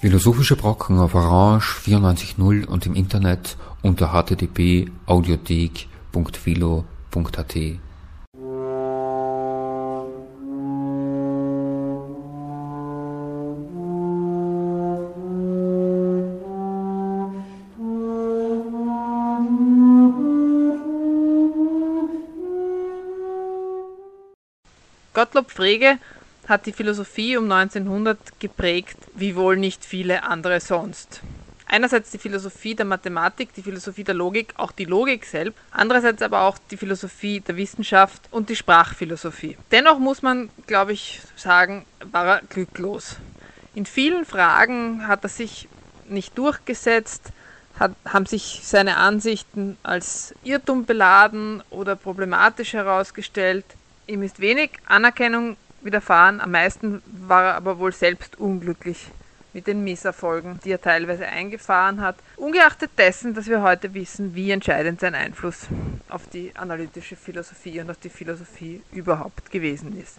Philosophische Brocken auf Orange 94.0 und im Internet unter http://audiothek.philo.at. Gottlob Frege hat die Philosophie um 1900 geprägt, wie wohl nicht viele andere sonst. Einerseits die Philosophie der Mathematik, die Philosophie der Logik, auch die Logik selbst, andererseits aber auch die Philosophie der Wissenschaft und die Sprachphilosophie. Dennoch muss man, glaube ich, sagen, war er glücklos. In vielen Fragen hat er sich nicht durchgesetzt, haben sich seine Ansichten als Irrtum beladen oder problematisch herausgestellt. Ihm ist wenig Anerkennung widerfahren, am meisten war er aber wohl selbst unglücklich mit den Misserfolgen, die er teilweise eingefahren hat, ungeachtet dessen, dass wir heute wissen, wie entscheidend sein Einfluss auf die analytische Philosophie und auf die Philosophie überhaupt gewesen ist.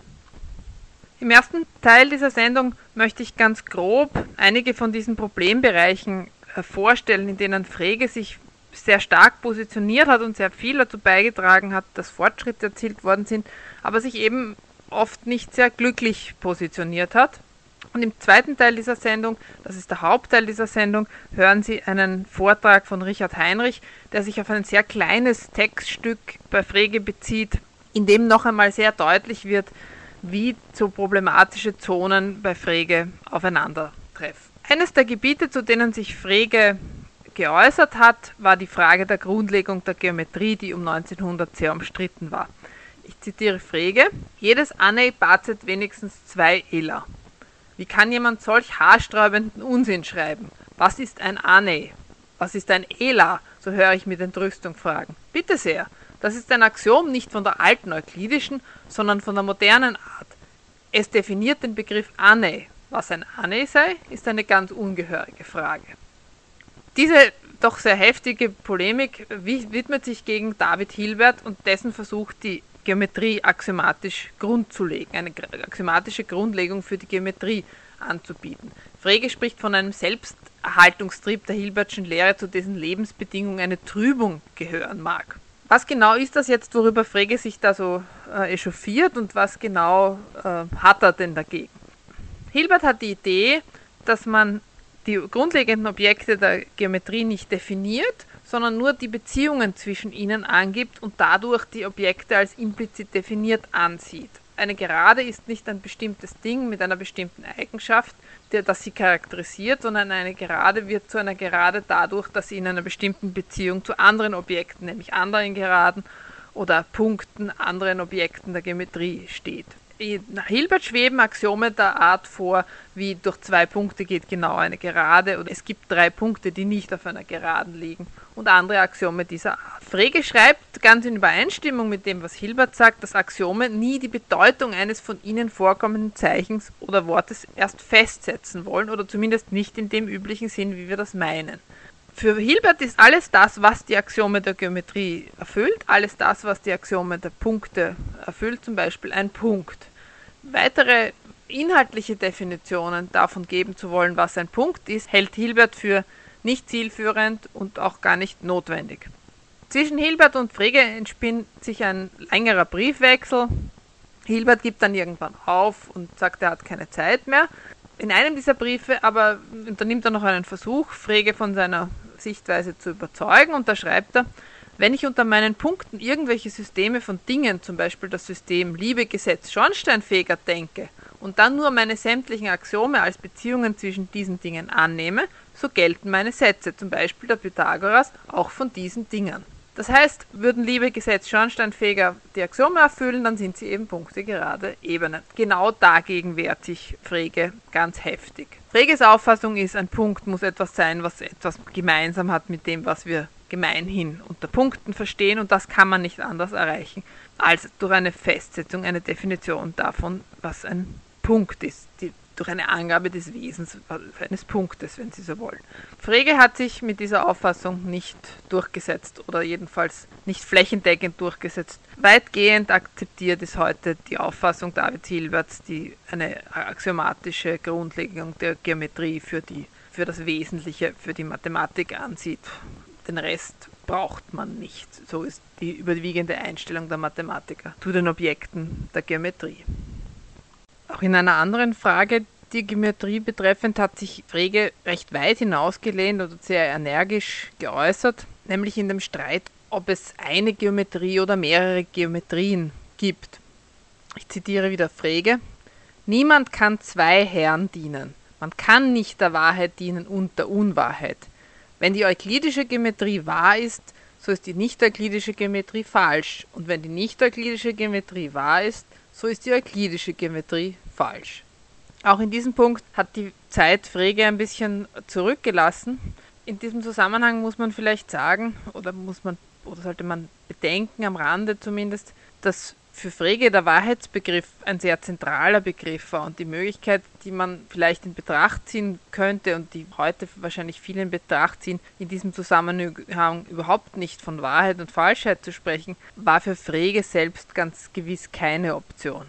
Im ersten Teil dieser Sendung möchte ich ganz grob einige von diesen Problembereichen vorstellen, in denen Frege sich sehr stark positioniert hat und sehr viel dazu beigetragen hat, dass Fortschritte erzielt worden sind, aber sich eben oft nicht sehr glücklich positioniert hat. Und im zweiten Teil dieser Sendung, das ist der Hauptteil dieser Sendung, hören Sie einen Vortrag von Richard Heinrich, der sich auf ein sehr kleines Textstück bei Frege bezieht, in dem noch einmal sehr deutlich wird, wie so problematische Zonen bei Frege aufeinandertreffen. Eines der Gebiete, zu denen sich Frege geäußert hat, war die Frage der Grundlegung der Geometrie, die um 1900 sehr umstritten war. Ich zitiere Frege: Jedes Ane bazet wenigstens 2 Ela. Wie kann jemand solch haarsträubenden Unsinn schreiben? Was ist ein Ane? Was ist ein Ela? So höre ich mit Entrüstung fragen. Bitte sehr, das ist ein Axiom nicht von der alten euklidischen, sondern von der modernen Art. Es definiert den Begriff Ane. Was ein Ane sei, ist eine ganz ungehörige Frage. Diese doch sehr heftige Polemik widmet sich gegen David Hilbert und dessen Versuch, die Geometrie axiomatisch grundzulegen, eine axiomatische Grundlegung für die Geometrie anzubieten. Frege spricht von einem Selbsterhaltungstrieb der Hilbertschen Lehre, zu dessen Lebensbedingungen eine Trübung gehören mag. Was genau ist das jetzt, worüber Frege sich da so echauffiert und was genau hat er denn dagegen? Hilbert hat die Idee, dass man die grundlegenden Objekte der Geometrie nicht definiert, sondern nur die Beziehungen zwischen ihnen angibt und dadurch die Objekte als implizit definiert ansieht. Eine Gerade ist nicht ein bestimmtes Ding mit einer bestimmten Eigenschaft, das sie charakterisiert, sondern eine Gerade wird zu einer Gerade dadurch, dass sie in einer bestimmten Beziehung zu anderen Objekten, nämlich anderen Geraden oder Punkten, anderen Objekten der Geometrie steht. Nach Hilbert schweben Axiome der Art vor, wie durch 2 Punkte geht genau eine Gerade oder es gibt 3 Punkte, die nicht auf einer Geraden liegen und andere Axiome dieser Art. Frege schreibt ganz in Übereinstimmung mit dem, was Hilbert sagt, dass Axiome nie die Bedeutung eines von ihnen vorkommenden Zeichens oder Wortes erst festsetzen wollen oder zumindest nicht in dem üblichen Sinn, wie wir das meinen. Für Hilbert ist alles das, was die Axiome der Geometrie erfüllt, alles das, was die Axiome der Punkte erfüllt, zum Beispiel ein Punkt. Weitere inhaltliche Definitionen davon geben zu wollen, was ein Punkt ist, hält Hilbert für nicht zielführend und auch gar nicht notwendig. Zwischen Hilbert und Frege entspinnt sich ein längerer Briefwechsel. Hilbert gibt dann irgendwann auf und sagt, er hat keine Zeit mehr. In einem dieser Briefe aber unternimmt er noch einen Versuch, Frege von seiner Sichtweise zu überzeugen, und da schreibt er: Wenn ich unter meinen Punkten irgendwelche Systeme von Dingen, zum Beispiel das System Liebe, Gesetz, Schornsteinfeger, denke und dann nur meine sämtlichen Axiome als Beziehungen zwischen diesen Dingen annehme, so gelten meine Sätze, zum Beispiel der Pythagoras, auch von diesen Dingen. Das heißt, würden Liebe, Gesetz, Schornsteinfeger die Axiome erfüllen, dann sind sie eben Punkte gerade Ebenen. Genau dagegen wehrt sich Frege ganz heftig. Freges Auffassung ist, ein Punkt muss etwas sein, was etwas gemeinsam hat mit dem, was wir gemeinhin unter Punkten verstehen, und das kann man nicht anders erreichen, als durch eine Festsetzung, eine Definition davon, was ein Punkt ist, durch eine Angabe des Wesens eines Punktes, wenn Sie so wollen. Frege hat sich mit dieser Auffassung nicht durchgesetzt oder jedenfalls nicht flächendeckend durchgesetzt. Weitgehend akzeptiert ist heute die Auffassung David Hilberts, die eine axiomatische Grundlegung der Geometrie für die für das Wesentliche für die Mathematik ansieht. Den Rest braucht man nicht. So ist die überwiegende Einstellung der Mathematiker zu den Objekten der Geometrie. Auch in einer anderen Frage, die Geometrie betreffend, hat sich Frege recht weit hinausgelehnt oder sehr energisch geäußert, nämlich in dem Streit, ob es eine Geometrie oder mehrere Geometrien gibt. Ich zitiere wieder Frege: Niemand kann zwei Herren dienen. Man kann nicht der Wahrheit dienen und der Unwahrheit. Wenn die euklidische Geometrie wahr ist, so ist die nicht-euklidische Geometrie falsch. Und wenn die nicht-euklidische Geometrie wahr ist, so ist die euklidische Geometrie falsch. Auch in diesem Punkt hat die Zeit Frege ein bisschen zurückgelassen. In diesem Zusammenhang muss man vielleicht sagen, oder sollte man bedenken, am Rande zumindest, dass für Frege der Wahrheitsbegriff ein sehr zentraler Begriff war und die Möglichkeit, die man vielleicht in Betracht ziehen könnte und die heute wahrscheinlich viele in Betracht ziehen, in diesem Zusammenhang überhaupt nicht von Wahrheit und Falschheit zu sprechen, war für Frege selbst ganz gewiss keine Option.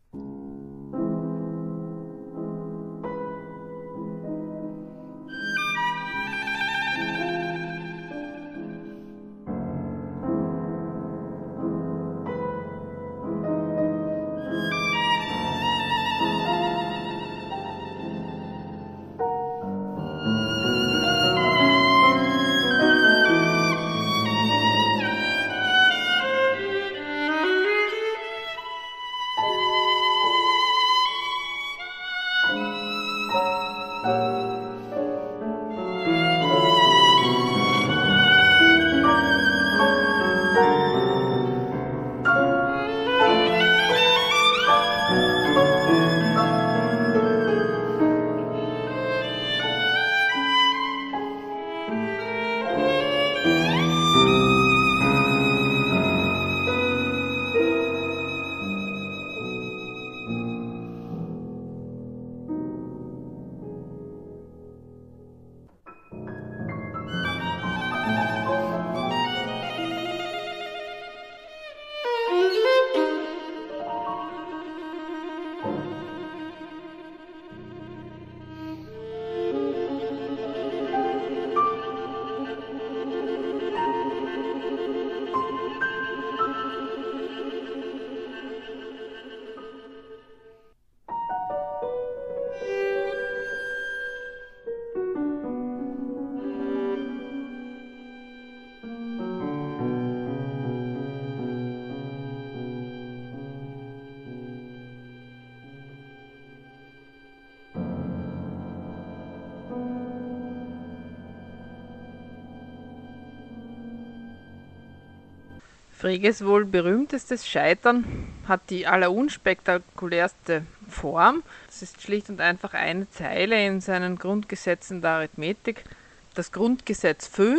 Freges wohl berühmtestes Scheitern hat die allerunspektakulärste Form. Das ist schlicht und einfach eine Zeile in seinen Grundgesetzen der Arithmetik, das Grundgesetz 5.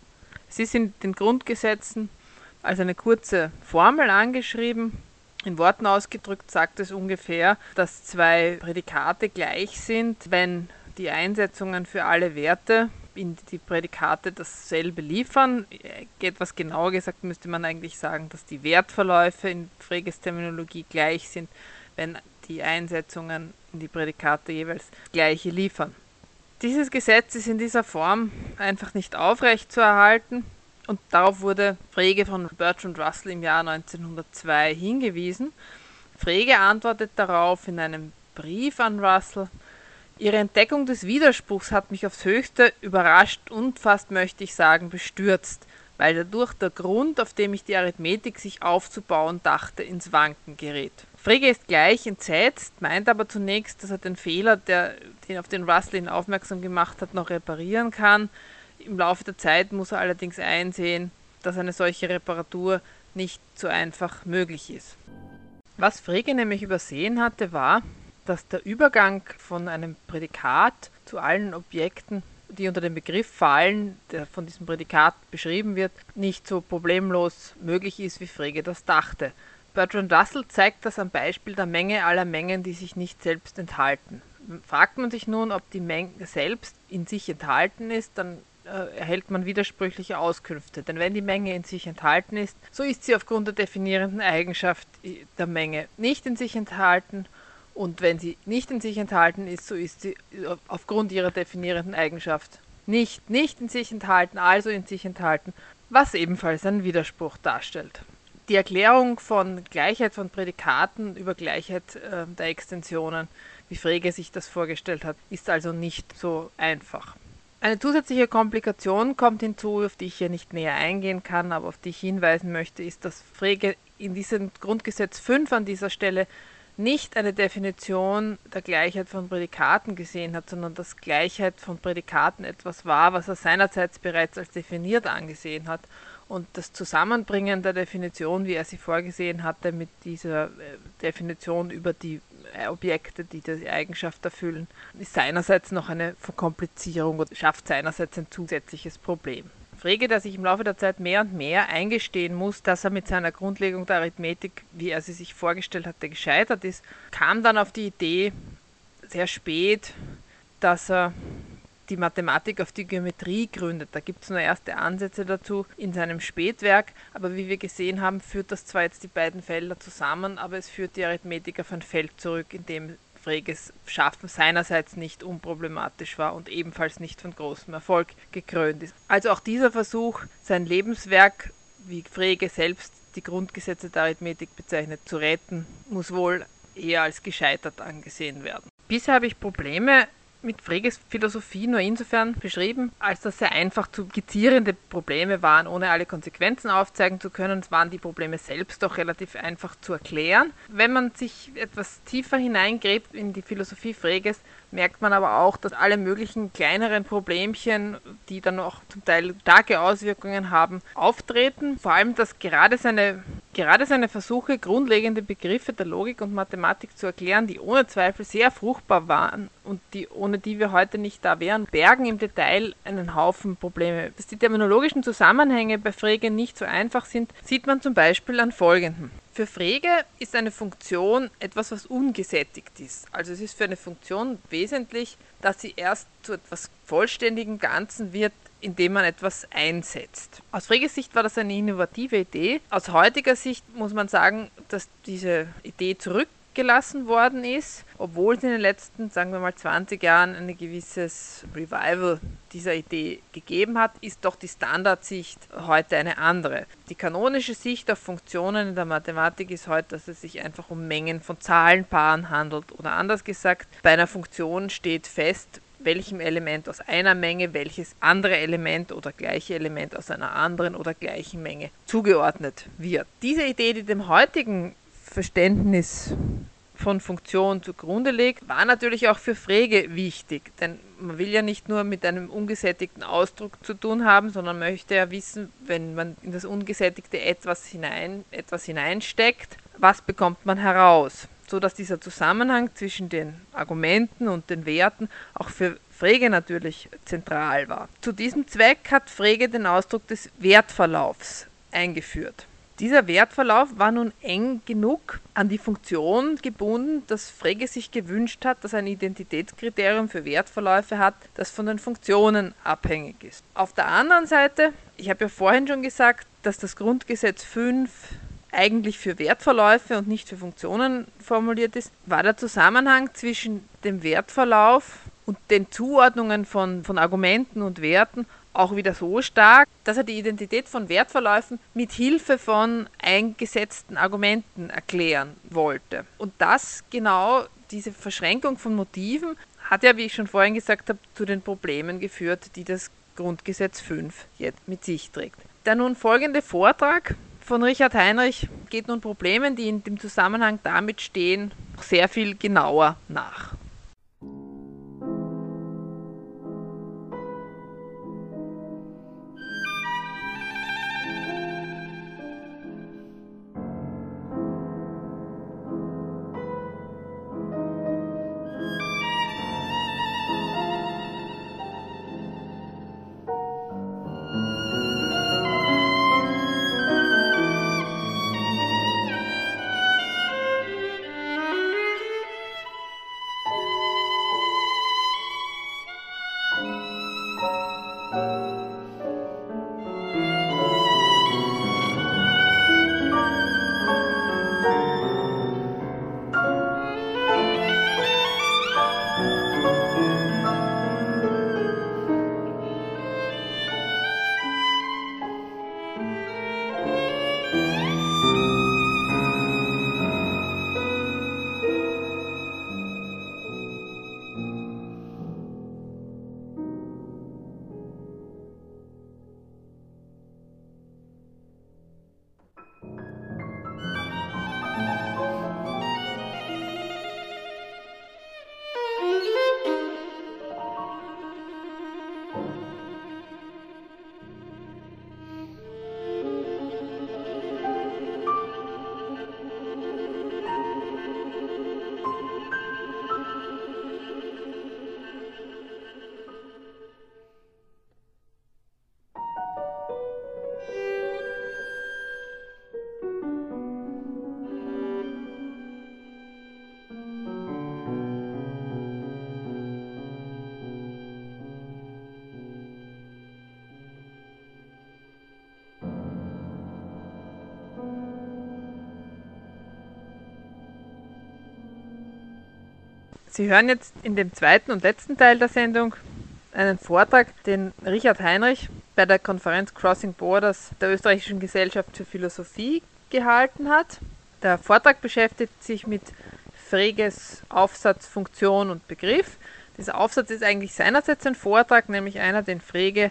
Es ist in den Grundgesetzen als eine kurze Formel angeschrieben. In Worten ausgedrückt sagt es ungefähr, dass zwei Prädikate gleich sind, wenn die Einsetzungen für alle Werte in die Prädikate dasselbe liefern. Etwas genauer gesagt müsste man eigentlich sagen, dass die Wertverläufe in Freges Terminologie gleich sind, wenn die Einsetzungen in die Prädikate jeweils gleiche liefern. Dieses Gesetz ist in dieser Form einfach nicht aufrecht zu erhalten und darauf wurde Frege von Bertrand Russell im Jahr 1902 hingewiesen. Frege antwortet darauf in einem Brief an Russell: Ihre Entdeckung des Widerspruchs hat mich aufs Höchste überrascht und fast, möchte ich sagen, bestürzt, weil dadurch der Grund, auf dem ich die Arithmetik sich aufzubauen dachte, ins Wanken gerät. Frege ist gleich entsetzt, meint aber zunächst, dass er den Fehler, auf den Russell ihn aufmerksam gemacht hat, noch reparieren kann. Im Laufe der Zeit muss er allerdings einsehen, dass eine solche Reparatur nicht so einfach möglich ist. Was Frege nämlich übersehen hatte, war, dass der Übergang von einem Prädikat zu allen Objekten, die unter den Begriff fallen, der von diesem Prädikat beschrieben wird, nicht so problemlos möglich ist, wie Frege das dachte. Bertrand Russell zeigt das am Beispiel der Menge aller Mengen, die sich nicht selbst enthalten. Fragt man sich nun, ob die Menge selbst in sich enthalten ist, dann erhält man widersprüchliche Auskünfte. Denn wenn die Menge in sich enthalten ist, so ist sie aufgrund der definierenden Eigenschaft der Menge nicht in sich enthalten. Und wenn sie nicht in sich enthalten ist, so ist sie aufgrund ihrer definierenden Eigenschaft nicht in sich enthalten, also in sich enthalten, was ebenfalls einen Widerspruch darstellt. Die Erklärung von Gleichheit von Prädikaten über Gleichheit der Extensionen, wie Frege sich das vorgestellt hat, ist also nicht so einfach. Eine zusätzliche Komplikation kommt hinzu, auf die ich hier nicht näher eingehen kann, aber auf die ich hinweisen möchte, ist, dass Frege in diesem Grundgesetz 5 an dieser Stelle nicht eine Definition der Gleichheit von Prädikaten gesehen hat, sondern dass Gleichheit von Prädikaten etwas war, was er seinerseits bereits als definiert angesehen hat. Und das Zusammenbringen der Definition, wie er sie vorgesehen hatte, mit dieser Definition über die Objekte, die diese Eigenschaft erfüllen, ist seinerseits noch eine Verkomplizierung und schafft seinerseits ein zusätzliches Problem. Frege, der sich im Laufe der Zeit mehr und mehr eingestehen muss, dass er mit seiner Grundlegung der Arithmetik, wie er sie sich vorgestellt hatte, gescheitert ist, kam dann auf die Idee, sehr spät, dass er die Mathematik auf die Geometrie gründet. Da gibt es nur erste Ansätze dazu in seinem Spätwerk, aber wie wir gesehen haben, führt das zwar jetzt die beiden Felder zusammen, aber es führt die Arithmetik auf ein Feld zurück, in dem Freges Schaffen seinerseits nicht unproblematisch war und ebenfalls nicht von großem Erfolg gekrönt ist. Also auch dieser Versuch, sein Lebenswerk, wie Frege selbst die Grundgesetze der Arithmetik bezeichnet, zu retten, muss wohl eher als gescheitert angesehen werden. Bisher habe ich Probleme mit Freges Philosophie nur insofern beschrieben, als dass sehr einfach zu skizzierende Probleme waren, ohne alle Konsequenzen aufzeigen zu können. Es waren die Probleme selbst doch relativ einfach zu erklären. Wenn man sich etwas tiefer hineingräbt in die Philosophie Freges, merkt man aber auch, dass alle möglichen kleineren Problemchen, die dann auch zum Teil starke Auswirkungen haben, auftreten. Vor allem, dass gerade seine Versuche, grundlegende Begriffe der Logik und Mathematik zu erklären, die ohne Zweifel sehr fruchtbar waren und ohne die wir heute nicht da wären, bergen im Detail einen Haufen Probleme. Dass die terminologischen Zusammenhänge bei Frege nicht so einfach sind, sieht man zum Beispiel an Folgendem. Für Frege ist eine Funktion etwas, was ungesättigt ist. Also es ist für eine Funktion wesentlich, dass sie erst zu etwas vollständigen Ganzen wird, indem man etwas einsetzt. Aus Freges Sicht war das eine innovative Idee. Aus heutiger Sicht muss man sagen, dass diese Idee zurückgelassen worden ist, obwohl es in den letzten, sagen wir mal 20 Jahren ein gewisses Revival dieser Idee gegeben hat, ist doch die Standardsicht heute eine andere. Die kanonische Sicht auf Funktionen in der Mathematik ist heute, dass es sich einfach um Mengen von Zahlenpaaren handelt. Oder anders gesagt, bei einer Funktion steht fest, welchem Element aus einer Menge welches andere Element oder gleiche Element aus einer anderen oder gleichen Menge zugeordnet wird. Diese Idee, die dem heutigen Verständnis von Funktionen zugrunde legt, war natürlich auch für Frege wichtig, denn man will ja nicht nur mit einem ungesättigten Ausdruck zu tun haben, sondern möchte ja wissen, wenn man in das Ungesättigte etwas hineinsteckt, was bekommt man heraus, so dass dieser Zusammenhang zwischen den Argumenten und den Werten auch für Frege natürlich zentral war. Zu diesem Zweck hat Frege den Ausdruck des Wertverlaufs eingeführt. Dieser Wertverlauf war nun eng genug an die Funktion gebunden, dass Frege sich gewünscht hat, dass er ein Identitätskriterium für Wertverläufe hat, das von den Funktionen abhängig ist. Auf der anderen Seite, ich habe ja vorhin schon gesagt, dass das Grundgesetz 5 eigentlich für Wertverläufe und nicht für Funktionen formuliert ist, war der Zusammenhang zwischen dem Wertverlauf und den Zuordnungen von Argumenten und Werten auch wieder so stark, dass er die Identität von Wertverläufen mit Hilfe von eingesetzten Argumenten erklären wollte. Und das genau, diese Verschränkung von Motiven, hat ja, wie ich schon vorhin gesagt habe, zu den Problemen geführt, die das Grundgesetz 5 jetzt mit sich trägt. Der nun folgende Vortrag von Richard Heinrich geht nun Problemen, die in dem Zusammenhang damit stehen, sehr viel genauer nach. Sie hören jetzt in dem zweiten und letzten Teil der Sendung einen Vortrag, den Richard Heinrich bei der Konferenz Crossing Borders der Österreichischen Gesellschaft für Philosophie gehalten hat. Der Vortrag beschäftigt sich mit Freges Aufsatz Funktion und Begriff. Dieser Aufsatz ist eigentlich seinerseits ein Vortrag, nämlich einer, den Frege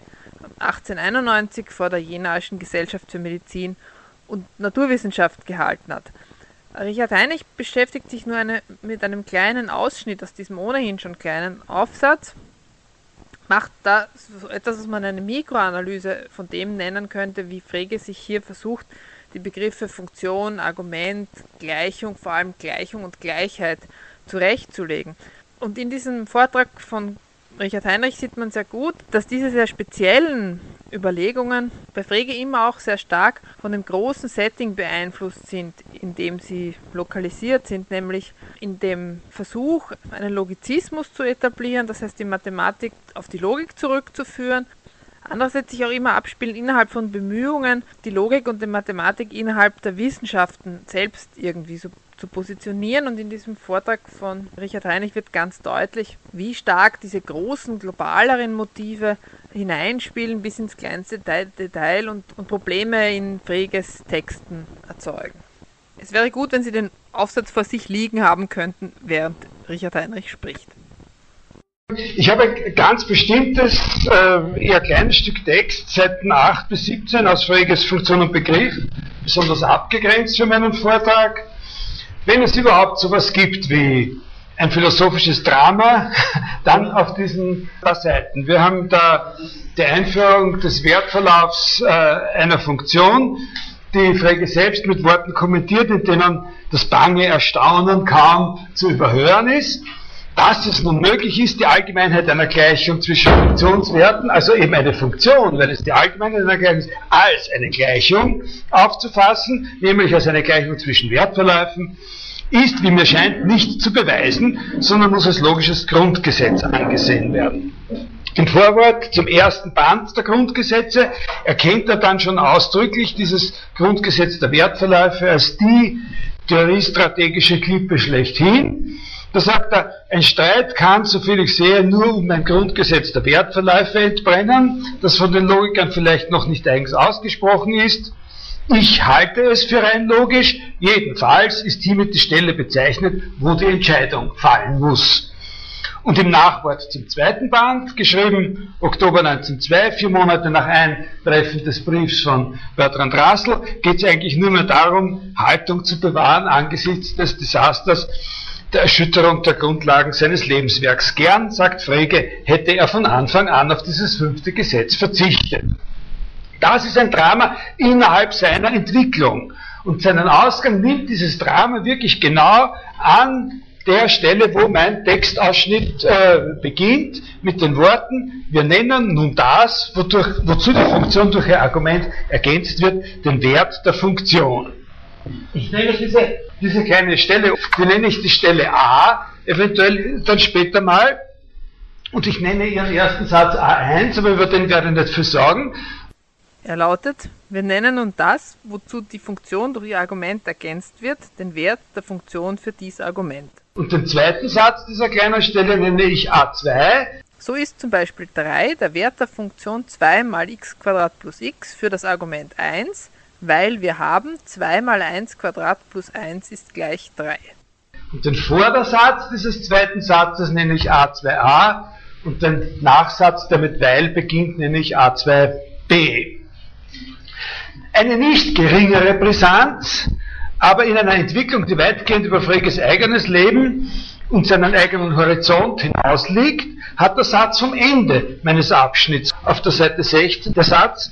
1891 vor der Jenaischen Gesellschaft für Medizin und Naturwissenschaft gehalten hat. Richard Heinrich beschäftigt sich nur mit einem kleinen Ausschnitt aus diesem ohnehin schon kleinen Aufsatz, macht da so etwas, was man eine Mikroanalyse von dem nennen könnte, wie Frege sich hier versucht, die Begriffe Funktion, Argument, Gleichung, vor allem Gleichung und Gleichheit zurechtzulegen. Und in diesem Vortrag von Richard Heinrich sieht man sehr gut, dass diese sehr speziellen Überlegungen bei Frege immer auch sehr stark von dem großen Setting beeinflusst sind, in dem sie lokalisiert sind, nämlich in dem Versuch, einen Logizismus zu etablieren, das heißt die Mathematik auf die Logik zurückzuführen. Andererseits sich auch immer abspielen innerhalb von Bemühungen, die Logik und die Mathematik innerhalb der Wissenschaften selbst irgendwie so zu positionieren. Und in diesem Vortrag von Richard Heinrich wird ganz deutlich, wie stark diese großen, globaleren Motive hineinspielen bis ins kleinste Detail und Probleme in Freges Texten erzeugen. Es wäre gut, wenn Sie den Aufsatz vor sich liegen haben könnten, während Richard Heinrich spricht. Ich habe ein ganz bestimmtes, eher kleines Stück Text, Seiten 8 bis 17 aus Freges Funktion und Begriff, besonders abgegrenzt für meinen Vortrag. Wenn es überhaupt sowas gibt wie ein philosophisches Drama, dann auf diesen paar Seiten. Wir haben da die Einführung des Wertverlaufs einer Funktion, die Frege selbst mit Worten kommentiert, in denen das bange Erstaunen kaum zu überhören ist. Dass es nun möglich ist, die Allgemeinheit einer Gleichung zwischen Funktionswerten, also eben eine Funktion, weil es die Allgemeinheit einer Gleichung ist, als eine Gleichung aufzufassen, nämlich als eine Gleichung zwischen Wertverläufen, ist, wie mir scheint, nicht zu beweisen, sondern muss als logisches Grundgesetz angesehen werden. Im Vorwort zum ersten Band der Grundgesetze erkennt er dann schon ausdrücklich dieses Grundgesetz der Wertverläufe als die theoriestrategische Klippe schlechthin. Da sagt er, ein Streit kann, soviel ich sehe, nur um ein Grundgesetz der Wertverläufe entbrennen, das von den Logikern vielleicht noch nicht eigens ausgesprochen ist. Ich halte es für rein logisch, jedenfalls ist hiermit die Stelle bezeichnet, wo die Entscheidung fallen muss. Und im Nachwort zum zweiten Band, geschrieben Oktober 1902, 4 Monate nach Eintreffen des Briefs von Bertrand Russell, geht es eigentlich nur mehr darum, Haltung zu bewahren angesichts des Desasters der Erschütterung der Grundlagen seines Lebenswerks. Gern, sagt Frege, hätte er von Anfang an auf dieses 5. Gesetz verzichtet. Das ist ein Drama innerhalb seiner Entwicklung. Und seinen Ausgang nimmt dieses Drama wirklich genau an der Stelle, wo mein Textausschnitt beginnt, mit den Worten, wir nennen nun das, wozu die Funktion durch ein Argument ergänzt wird, den Wert der Funktion. Ich nenne diese kleine Stelle, die nenne ich die Stelle A, eventuell dann später mal, und ich nenne ihren ersten Satz A1, aber über den werde ich nicht viel sagen. Er lautet, wir nennen nun das, wozu die Funktion durch ihr Argument ergänzt wird, den Wert der Funktion für dies Argument. Und den zweiten Satz dieser kleinen Stelle nenne ich A2. So ist zum Beispiel 3 der Wert der Funktion 2 mal x² plus x für das Argument 1, weil wir haben 2 mal 1² plus 1 ist gleich 3. Und den Vordersatz dieses zweiten Satzes nenne ich A2a und den Nachsatz, der mit weil beginnt, nenne ich A2b. Eine nicht geringere Brisanz, aber in einer Entwicklung, die weitgehend über Freges eigenes Leben und seinen eigenen Horizont hinausliegt, hat der Satz vom Ende meines Abschnitts auf der Seite 16, der Satz,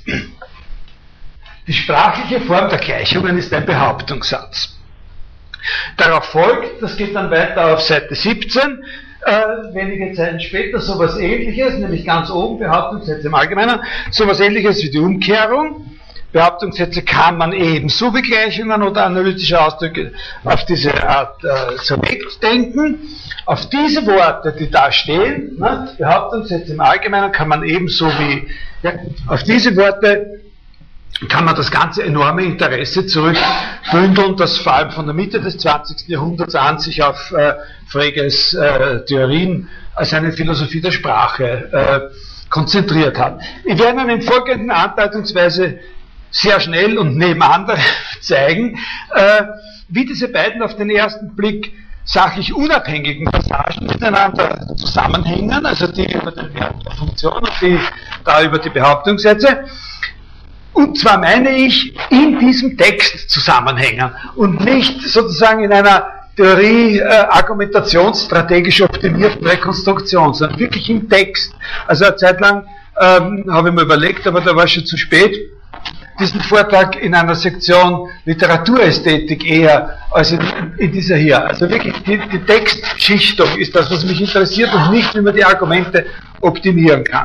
die sprachliche Form der Gleichungen ist ein Behauptungssatz. Darauf folgt, das geht dann weiter auf Seite 17, wenige Zeilen später, sowas Ähnliches, nämlich ganz oben, Behauptungssätze im Allgemeinen, sowas Ähnliches wie die Umkehrung. Behauptungssätze kann man ebenso wie Gleichungen oder analytische Ausdrücke auf diese Art so wegdenken. Auf diese Worte, die da stehen, ne, Behauptungssätze im Allgemeinen kann man ebenso wie, ja, auf diese Worte kann man das ganze enorme Interesse zurückbündeln, das vor allem von der Mitte des 20. Jahrhunderts an sich auf Freges Theorien als eine Philosophie der Sprache konzentriert hat. Ich werde Ihnen in folgenden Andeutungsweise sehr schnell und nebeneinander zeigen, wie diese beiden auf den ersten Blick sachlich unabhängigen Passagen miteinander zusammenhängen, also die über den Wert der Funktion und die da über die Behauptungssätze. Und zwar meine ich, in diesem Text zusammenhängen und nicht sozusagen in einer Theorie argumentationsstrategisch optimierten Rekonstruktion, sondern wirklich im Text. Also eine Zeit lang habe ich mir überlegt, aber da war schon zu spät, diesen Vortrag in einer Sektion Literaturästhetik eher als in dieser hier. Also wirklich die Textschichtung ist das, was mich interessiert und nicht, wie man die Argumente optimieren kann.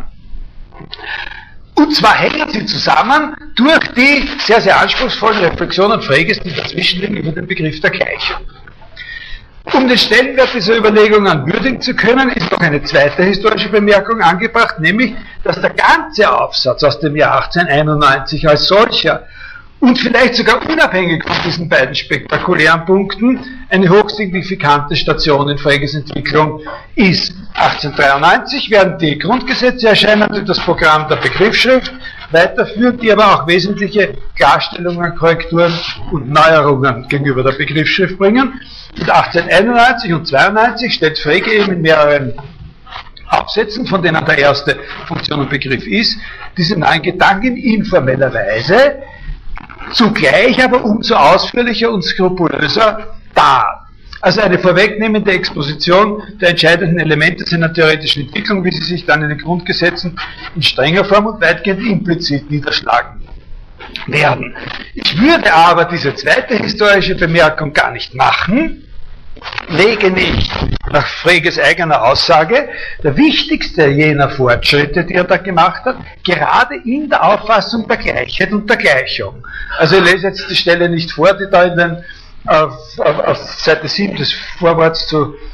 Und zwar hängen sie zusammen durch die sehr, sehr anspruchsvollen Reflexionen Freges, die dazwischen liegen über den Begriff der Gleichung. Um den Stellenwert dieser Überlegungen würdigen zu können, ist noch eine zweite historische Bemerkung angebracht, nämlich, dass der ganze Aufsatz aus dem Jahr 1891 als solcher und vielleicht sogar unabhängig von diesen beiden spektakulären Punkten eine hochsignifikante Station in Freges Entwicklung ist. 1893 werden die Grundgesetze erscheinen und das Programm der Begriffsschrift weiterführen, die aber auch wesentliche Klarstellungen, Korrekturen und Neuerungen gegenüber der Begriffsschrift bringen. Und 1891 und 1892 stellt Frege eben in mehreren Absätzen, von denen der erste Funktion und Begriff ist, diese neuen Gedanken in informeller Weise, zugleich aber umso ausführlicher und skrupulöser dar. Also eine vorwegnehmende Exposition der entscheidenden Elemente seiner theoretischen Entwicklung, wie sie sich dann in den Grundgesetzen in strenger Form und weitgehend implizit niederschlagen werden. Ich würde aber diese zweite historische Bemerkung gar nicht machen, lege nicht nach Freges eigener Aussage der wichtigste jener Fortschritte, die er da gemacht hat, gerade in der Auffassung der Gleichheit und der Gleichung. Also ich lese jetzt die Stelle nicht vor, die da auf Seite 7 des Vorworts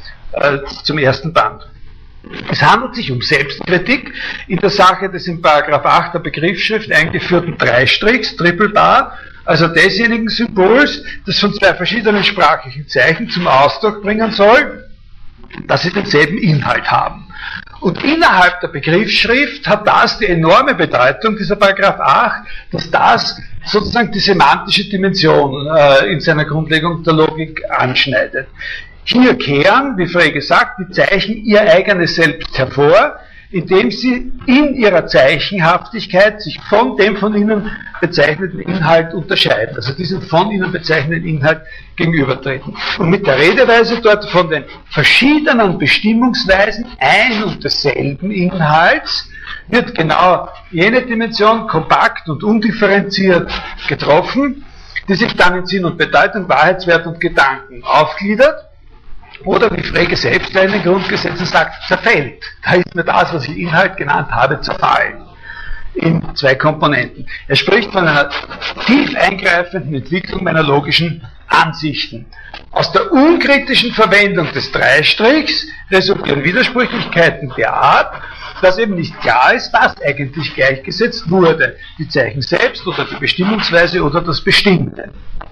zum ersten Band. Es handelt sich um Selbstkritik in der Sache des in Paragraph 8 der Begriffsschrift eingeführten Dreistrichs, Triple Bar, also desjenigen Symbols, das von zwei verschiedenen sprachlichen Zeichen zum Ausdruck bringen soll, dass sie denselben Inhalt haben. Und innerhalb der Begriffsschrift hat das die enorme Bedeutung, dieser Paragraph 8, dass das sozusagen die semantische Dimension in seiner Grundlegung der Logik anschneidet. Hier kehren, wie Frege sagt, die Zeichen ihr eigenes Selbst hervor, indem sie in ihrer Zeichenhaftigkeit sich von dem von ihnen bezeichneten Inhalt unterscheiden, also diesem von ihnen bezeichneten Inhalt gegenübertreten. Und mit der Redeweise dort von den verschiedenen Bestimmungsweisen ein und desselben Inhalts wird genau jene Dimension kompakt und undifferenziert getroffen, die sich dann in Sinn und Bedeutung, Wahrheitswert und Gedanken aufgliedert. Oder wie Frege selbst in den Grundgesetzen sagt, zerfällt. Da ist mir das, was ich Inhalt genannt habe, zerfallen. In zwei Komponenten. Er spricht von einer tief eingreifenden Entwicklung meiner logischen Ansichten. Aus der unkritischen Verwendung des Dreistrichs resultieren Widersprüchlichkeiten der Art, dass eben nicht klar ist, was eigentlich gleichgesetzt wurde. Die Zeichen selbst oder die Bestimmungsweise oder das Bestimmte.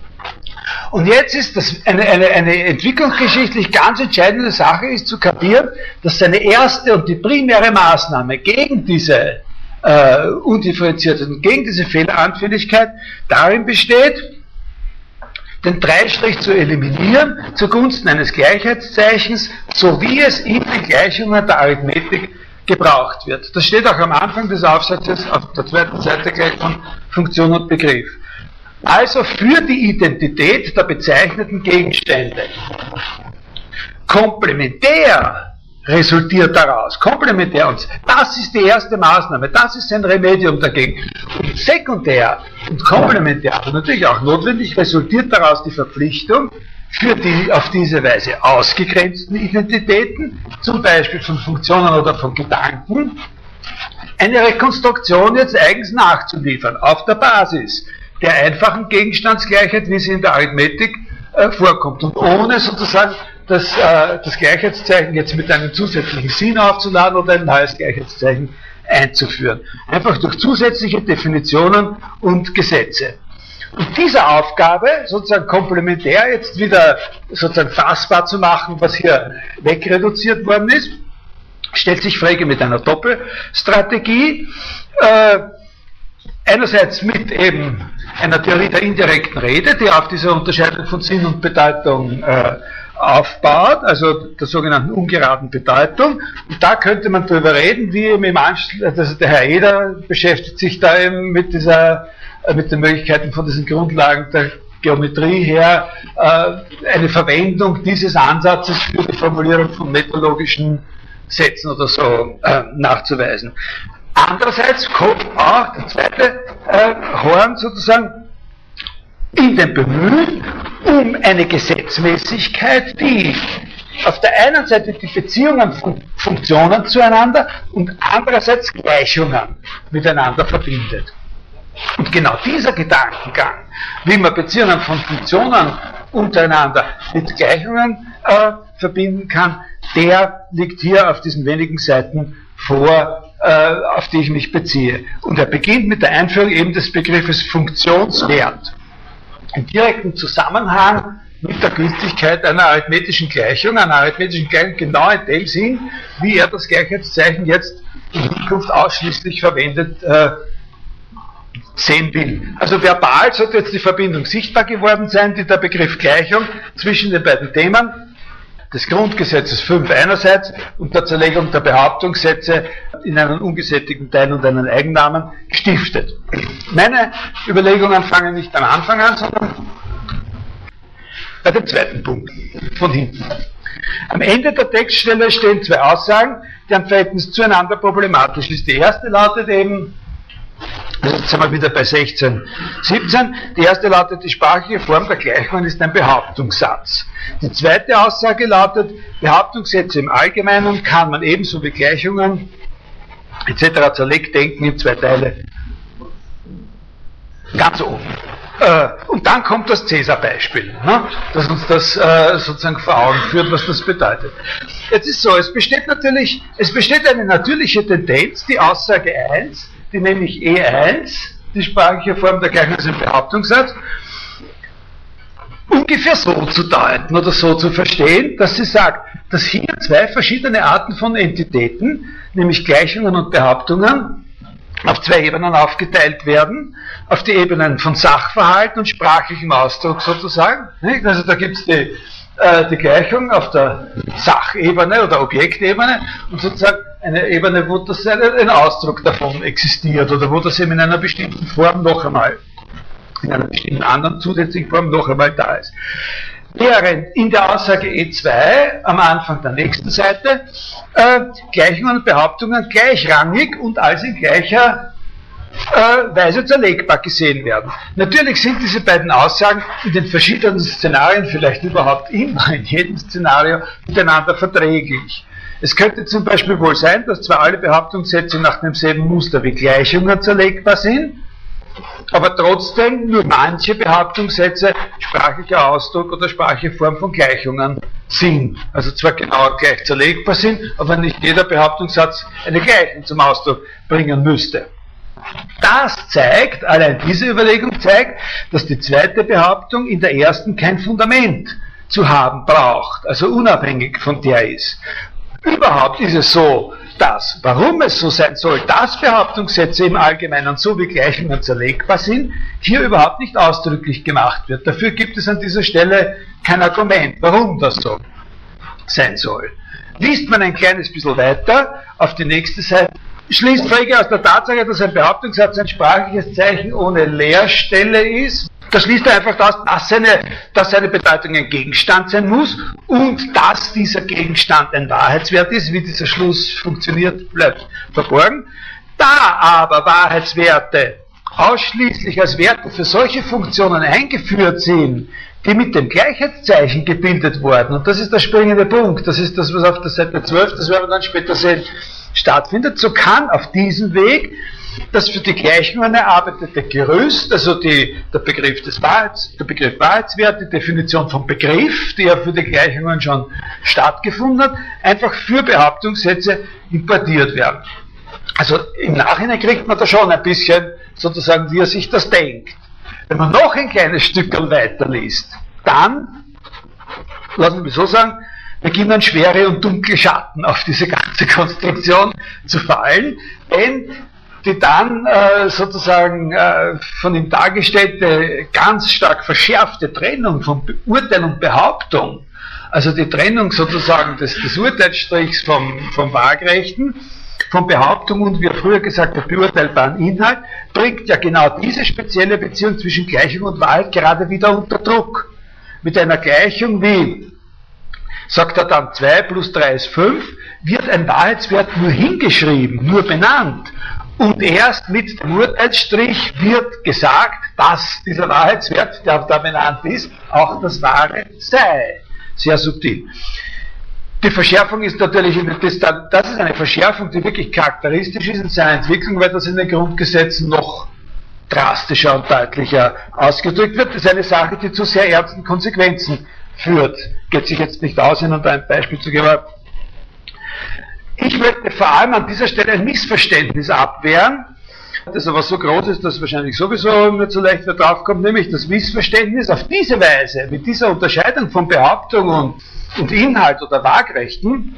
Und jetzt ist das eine entwicklungsgeschichtlich ganz entscheidende Sache ist zu kapieren, dass seine erste und die primäre Maßnahme gegen diese undifferenzierte und gegen diese Fehleranfälligkeit darin besteht, den Dreistrich zu eliminieren zugunsten eines Gleichheitszeichens, so wie es in den Gleichungen der Arithmetik gebraucht wird. Das steht auch am Anfang des Aufsatzes auf der zweiten Seite gleich von Funktion und Begriff. Also für die Identität der bezeichneten Gegenstände. Komplementär resultiert daraus. Komplementär, und das ist die erste Maßnahme, das ist ein Remedium dagegen. Und sekundär und komplementär, aber natürlich auch notwendig, resultiert daraus die Verpflichtung für die auf diese Weise ausgegrenzten Identitäten, zum Beispiel von Funktionen oder von Gedanken, eine Rekonstruktion jetzt eigens nachzuliefern, auf der Basis der einfachen Gegenstandsgleichheit, wie sie in der Arithmetik vorkommt. Und ohne sozusagen das Gleichheitszeichen jetzt mit einem zusätzlichen Sinn aufzuladen oder ein neues Gleichheitszeichen einzuführen. Einfach durch zusätzliche Definitionen und Gesetze. Und dieser Aufgabe, sozusagen komplementär jetzt wieder sozusagen fassbar zu machen, was hier wegreduziert worden ist, stellt sich Frege mit einer Doppelstrategie, einerseits mit eben einer Theorie der indirekten Rede, die auf dieser Unterscheidung von Sinn und Bedeutung aufbaut, also der sogenannten ungeraden Bedeutung. Und da könnte man darüber reden, wie eben im Anschluss, also der Herr Eder beschäftigt sich da eben mit den Möglichkeiten von diesen Grundlagen der Geometrie her, eine Verwendung dieses Ansatzes für die Formulierung von methodologischen Sätzen oder so nachzuweisen. Andererseits kommt auch der zweite Horn sozusagen in dem Bemühen um eine Gesetzmäßigkeit, die auf der einen Seite die Beziehungen von Funktionen zueinander und andererseits Gleichungen miteinander verbindet. Und genau dieser Gedankengang, wie man Beziehungen von Funktionen untereinander mit Gleichungen verbinden kann, der liegt hier auf diesen wenigen Seiten vor, auf die ich mich beziehe. Und er beginnt mit der Einführung eben des Begriffes Funktionswert. Im direkten Zusammenhang mit der Gültigkeit einer arithmetischen Gleichung genau in dem Sinn, wie er das Gleichheitszeichen jetzt in Zukunft ausschließlich verwendet sehen will. Also verbal sollte jetzt die Verbindung sichtbar geworden sein, die der Begriff Gleichung zwischen den beiden Themen des Grundgesetzes 5 einerseits und der Zerlegung der Behauptungssätze in einen ungesättigten Teil und einen Eigennamen stiftet. Meine Überlegungen fangen nicht am Anfang an, sondern bei dem zweiten Punkt, von hinten. Am Ende der Textstelle stehen zwei Aussagen, deren Verhältnis zueinander problematisch ist. Die erste lautet eben, jetzt sind wir wieder bei 16, 17. Die erste lautet, die sprachliche Form der Gleichungen ist ein Behauptungssatz. Die zweite Aussage lautet, Behauptungssätze im Allgemeinen kann man ebenso wie Gleichungen etc. zerlegt denken in zwei Teile. Ganz oben. Und dann kommt das Cäsar-Beispiel, ne, das uns das sozusagen vor Augen führt, was das bedeutet. Jetzt ist so, es besteht eine natürliche Tendenz, die Aussage 1, die nämlich E1, die sprachliche Form der Gleichung ist ein Behauptungssatz, ungefähr so zu deuten oder so zu verstehen, dass sie sagt, dass hier zwei verschiedene Arten von Entitäten, nämlich Gleichungen und Behauptungen, auf zwei Ebenen aufgeteilt werden, auf die Ebenen von Sachverhalt und sprachlichem Ausdruck sozusagen. Also da gibt es die Gleichung auf der Sachebene oder Objektebene und sozusagen eine Ebene, wo das ein Ausdruck davon existiert oder wo das eben in einer bestimmten Form noch einmal, in einer bestimmten anderen zusätzlichen Form noch einmal da ist. Während in der Aussage E2 am Anfang der nächsten Seite Gleichungen und Behauptungen gleichrangig und als in gleicher Weise zerlegbar gesehen werden. Natürlich sind diese beiden Aussagen in den verschiedenen Szenarien, vielleicht überhaupt immer in jedem Szenario, miteinander verträglich. Es könnte zum Beispiel wohl sein, dass zwar alle Behauptungssätze nach demselben Muster wie Gleichungen zerlegbar sind, aber trotzdem nur manche Behauptungssätze sprachlicher Ausdruck oder sprachliche Form von Gleichungen sind. Also zwar genau gleich zerlegbar sind, aber nicht jeder Behauptungssatz eine Gleichung zum Ausdruck bringen müsste. Das zeigt, allein diese Überlegung zeigt, dass die zweite Behauptung in der ersten kein Fundament zu haben braucht, also unabhängig von der ist. Überhaupt ist es so, dass, warum es so sein soll, dass Behauptungssätze im Allgemeinen so wie Gleichungen zerlegbar sind, hier überhaupt nicht ausdrücklich gemacht wird. Dafür gibt es an dieser Stelle kein Argument, warum das so sein soll. Liest man ein kleines bisschen weiter auf die nächste Seite, schließt Frege aus der Tatsache, dass ein Behauptungssatz ein sprachliches Zeichen ohne Leerstelle ist. Da schließt er einfach aus, dass seine Bedeutung ein Gegenstand sein muss und dass dieser Gegenstand ein Wahrheitswert ist. Wie dieser Schluss funktioniert, bleibt verborgen. Da aber Wahrheitswerte ausschließlich als Werte für solche Funktionen eingeführt sind, die mit dem Gleichheitszeichen gebildet wurden, und das ist der springende Punkt, das ist das, was auf der Seite 12, das werden wir dann später sehen, stattfindet, so kann auf diesem Weg das für die Gleichungen erarbeitete Gerüst, also der Begriff Wahrheitswert, die Definition vom Begriff, die ja für die Gleichungen schon stattgefunden hat, einfach für Behauptungssätze importiert werden. Also im Nachhinein kriegt man da schon ein bisschen sozusagen, wie er sich das denkt. Wenn man noch ein kleines Stückchen weiter liest, dann, lassen wir mich so sagen, beginnen schwere und dunkle Schatten auf diese ganze Konstruktion zu fallen, denn die dann sozusagen von ihm dargestellte ganz stark verschärfte Trennung von Urteil und Behauptung, also die Trennung sozusagen des Urteilsstrichs vom Waagrechten, von Behauptung und, wie er früher gesagt hat, beurteilbaren Inhalt, bringt ja genau diese spezielle Beziehung zwischen Gleichung und Wahrheit gerade wieder unter Druck. Mit einer Gleichung wie, sagt er dann, 2 plus 3 ist 5, wird ein Wahrheitswert nur hingeschrieben, nur benannt. Und erst mit dem Urteilsstrich wird gesagt, dass dieser Wahrheitswert, der da benannt ist, auch das Wahre sei. Sehr subtil. Die Verschärfung ist natürlich, das ist eine Verschärfung, die wirklich charakteristisch ist in seiner Entwicklung, weil das in den Grundgesetzen noch drastischer und deutlicher ausgedrückt wird. Das ist eine Sache, die zu sehr ernsten Konsequenzen führt. Geht sich jetzt nicht aus, Ihnen da ein Beispiel zu geben. Ich möchte vor allem an dieser Stelle ein Missverständnis abwehren, das aber so groß ist, dass wahrscheinlich sowieso nicht so leicht mehr draufkommt, nämlich das Missverständnis auf diese Weise, mit dieser Unterscheidung von Behauptung und Inhalt oder Waagrechten,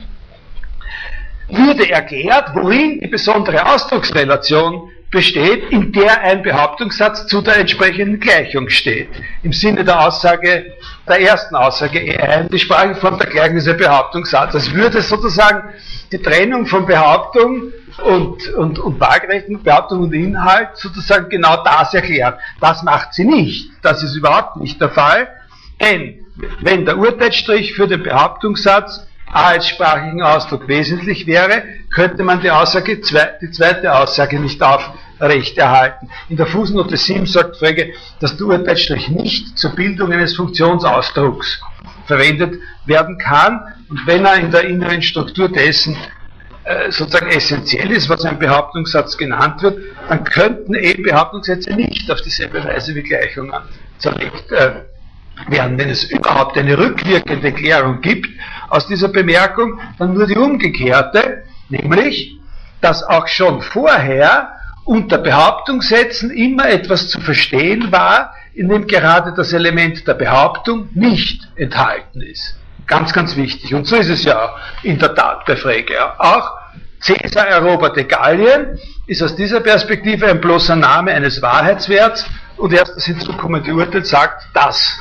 würde erklärt, worin die besondere Ausdrucksrelation besteht, in der ein Behauptungssatz zu der entsprechenden Gleichung steht. Im Sinne der Aussage, der ersten Aussage E1, die Sprachreform der Gleichung ist ein Behauptungssatz. Es würde sozusagen die Trennung von Behauptung und Waagrechten, Behauptung und Inhalt sozusagen genau das erklären. Das macht sie nicht. Das ist überhaupt nicht der Fall, denn wenn der Urteilsstrich für den Behauptungssatz als sprachlichen Ausdruck wesentlich wäre, könnte man die zweite Aussage nicht aufrechterhalten. In der Fußnote 7 sagt Frege, dass der Urteilsstrich nicht zur Bildung eines Funktionsausdrucks verwendet werden kann, und wenn er in der inneren Struktur dessen sozusagen essentiell ist, was ein Behauptungssatz genannt wird, dann könnten eben Behauptungssätze nicht auf dieselbe Weise wie Gleichungen zerlegt werden. Wenn es überhaupt eine rückwirkende Klärung gibt aus dieser Bemerkung, dann nur die umgekehrte, nämlich, dass auch schon vorher unter Behauptungssätzen immer etwas zu verstehen war, in dem gerade das Element der Behauptung nicht enthalten ist. Ganz, ganz wichtig. Und so ist es ja in der Tat bei Frege. Auch Caesar eroberte Gallien ist aus dieser Perspektive ein bloßer Name eines Wahrheitswerts, und erst das hinzukommende Urteil sagt, dass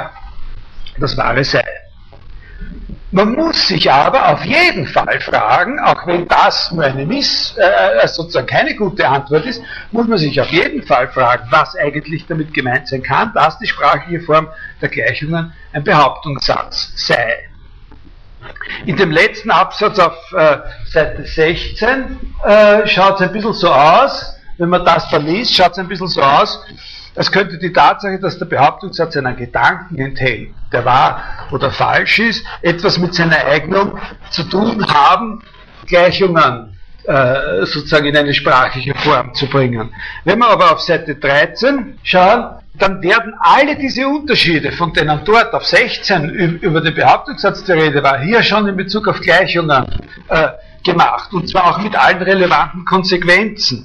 das Wahre sei. Man muss sich aber auf jeden Fall fragen, auch wenn das nur eine sozusagen keine gute Antwort ist, muss man sich auf jeden Fall fragen, was eigentlich damit gemeint sein kann, dass die sprachliche Form der Gleichungen ein Behauptungssatz sei. In dem letzten Absatz auf Seite 16 schaut es ein bisschen so aus, wenn man das da liest, schaut es ein bisschen so aus, als könnte die Tatsache, dass der Behauptungssatz einen Gedanken enthält, der wahr oder falsch ist, etwas mit seiner Eignung zu tun haben, Gleichungen sozusagen in eine sprachliche Form zu bringen. Wenn wir aber auf Seite 13 schauen, dann werden alle diese Unterschiede, von denen dort auf 16 über den Behauptungssatz die Rede war, hier schon in Bezug auf Gleichungen gemacht, und zwar auch mit allen relevanten Konsequenzen.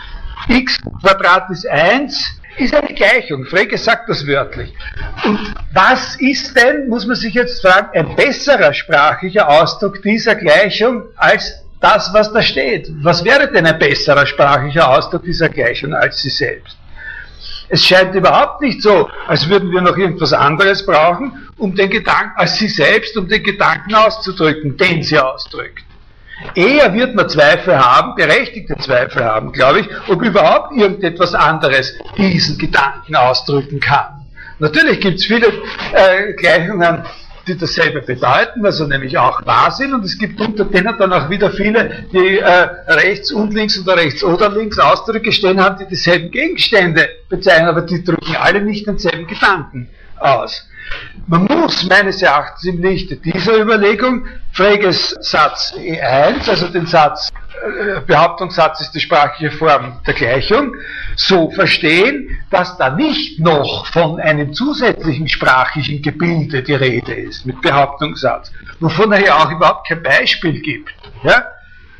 x² ist 1 ist eine Gleichung. Frege sagt das wörtlich. Und was ist denn, muss man sich jetzt fragen, ein besserer sprachlicher Ausdruck dieser Gleichung als das, was da steht? Was wäre denn ein besserer sprachlicher Ausdruck dieser Gleichung als sie selbst? Es scheint überhaupt nicht so, als würden wir noch irgendwas anderes brauchen, um den Gedanken, als sie selbst, um den Gedanken auszudrücken, den sie ausdrückt. Eher wird man Zweifel haben, berechtigte Zweifel haben, glaube ich, ob überhaupt irgendetwas anderes diesen Gedanken ausdrücken kann. Natürlich gibt es viele Gleichungen, die dasselbe bedeuten, also nämlich auch wahr sind, und es gibt unter denen dann auch wieder viele, die rechts und links oder rechts oder links Ausdrücke stehen haben, die dieselben Gegenstände bezeichnen, aber die drücken alle nicht denselben Gedanken aus. Man muss meines Erachtens im Lichte dieser Überlegung Freges Satz E1, also den Satz, Behauptungssatz ist die sprachliche Form der Gleichung, so verstehen, dass da nicht noch von einem zusätzlichen sprachlichen Gebilde die Rede ist, mit Behauptungssatz, wovon er ja auch überhaupt kein Beispiel gibt. Ja?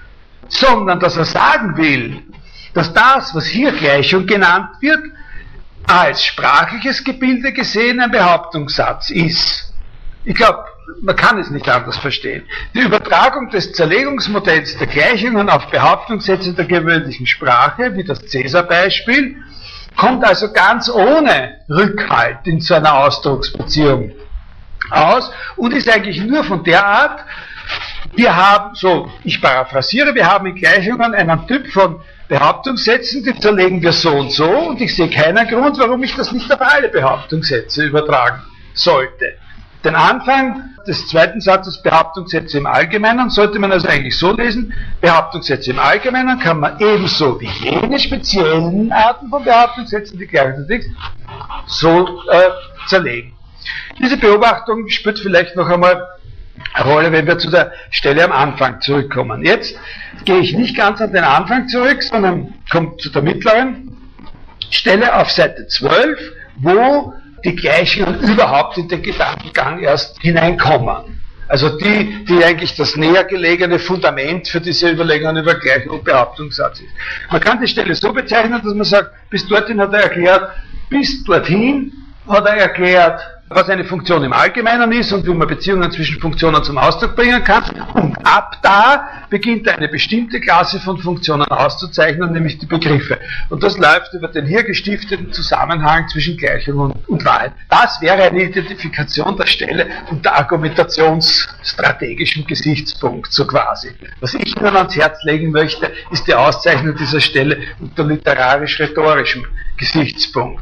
sondern dass er sagen will, dass das, was hier Gleichung genannt wird, als sprachliches Gebilde gesehen ein Behauptungssatz ist. Ich glaube, man kann es nicht anders verstehen. Die Übertragung des Zerlegungsmodells der Gleichungen auf Behauptungssätze der gewöhnlichen Sprache, wie das Cäsar-Beispiel, kommt also ganz ohne Rückhalt in so einer Ausdrucksbeziehung aus und ist eigentlich nur von der Art, wir haben, so ich paraphrasiere, wir haben in Gleichungen einen Typ von Behauptungssätzen, die zerlegen wir so und ich sehe keinen Grund, warum ich das nicht auf alle Behauptungssätze übertragen sollte. Den Anfang des zweiten Satzes Behauptungssätze im Allgemeinen sollte man also eigentlich so lesen, Behauptungssätze im Allgemeinen kann man ebenso wie jene speziellen Arten von Behauptungssätzen, die gleich sind, so zerlegen. Diese Beobachtung spielt vielleicht noch einmal eine Rolle, wenn wir zu der Stelle am Anfang zurückkommen. Jetzt gehe ich nicht ganz an den Anfang zurück, sondern komme zu der mittleren Stelle auf Seite 12, wo die Gleichungen überhaupt in den Gedankengang erst hineinkommen. Also die eigentlich das näher gelegene Fundament für diese Überlegungen über Gleichung und Behauptungssatz ist. Man kann die Stelle so bezeichnen, dass man sagt, bis dorthin hat er erklärt, bis dorthin hat er erklärt, was eine Funktion im Allgemeinen ist und wie man Beziehungen zwischen Funktionen zum Ausdruck bringen kann. Und ab da beginnt eine bestimmte Klasse von Funktionen auszuzeichnen, nämlich die Begriffe. Und das läuft über den hier gestifteten Zusammenhang zwischen Gleichung und Wahrheit. Das wäre eine Identifikation der Stelle unter argumentationsstrategischem Gesichtspunkt, so quasi. Was ich Ihnen ans Herz legen möchte, ist die Auszeichnung dieser Stelle unter literarisch-rhetorischem Gesichtspunkt.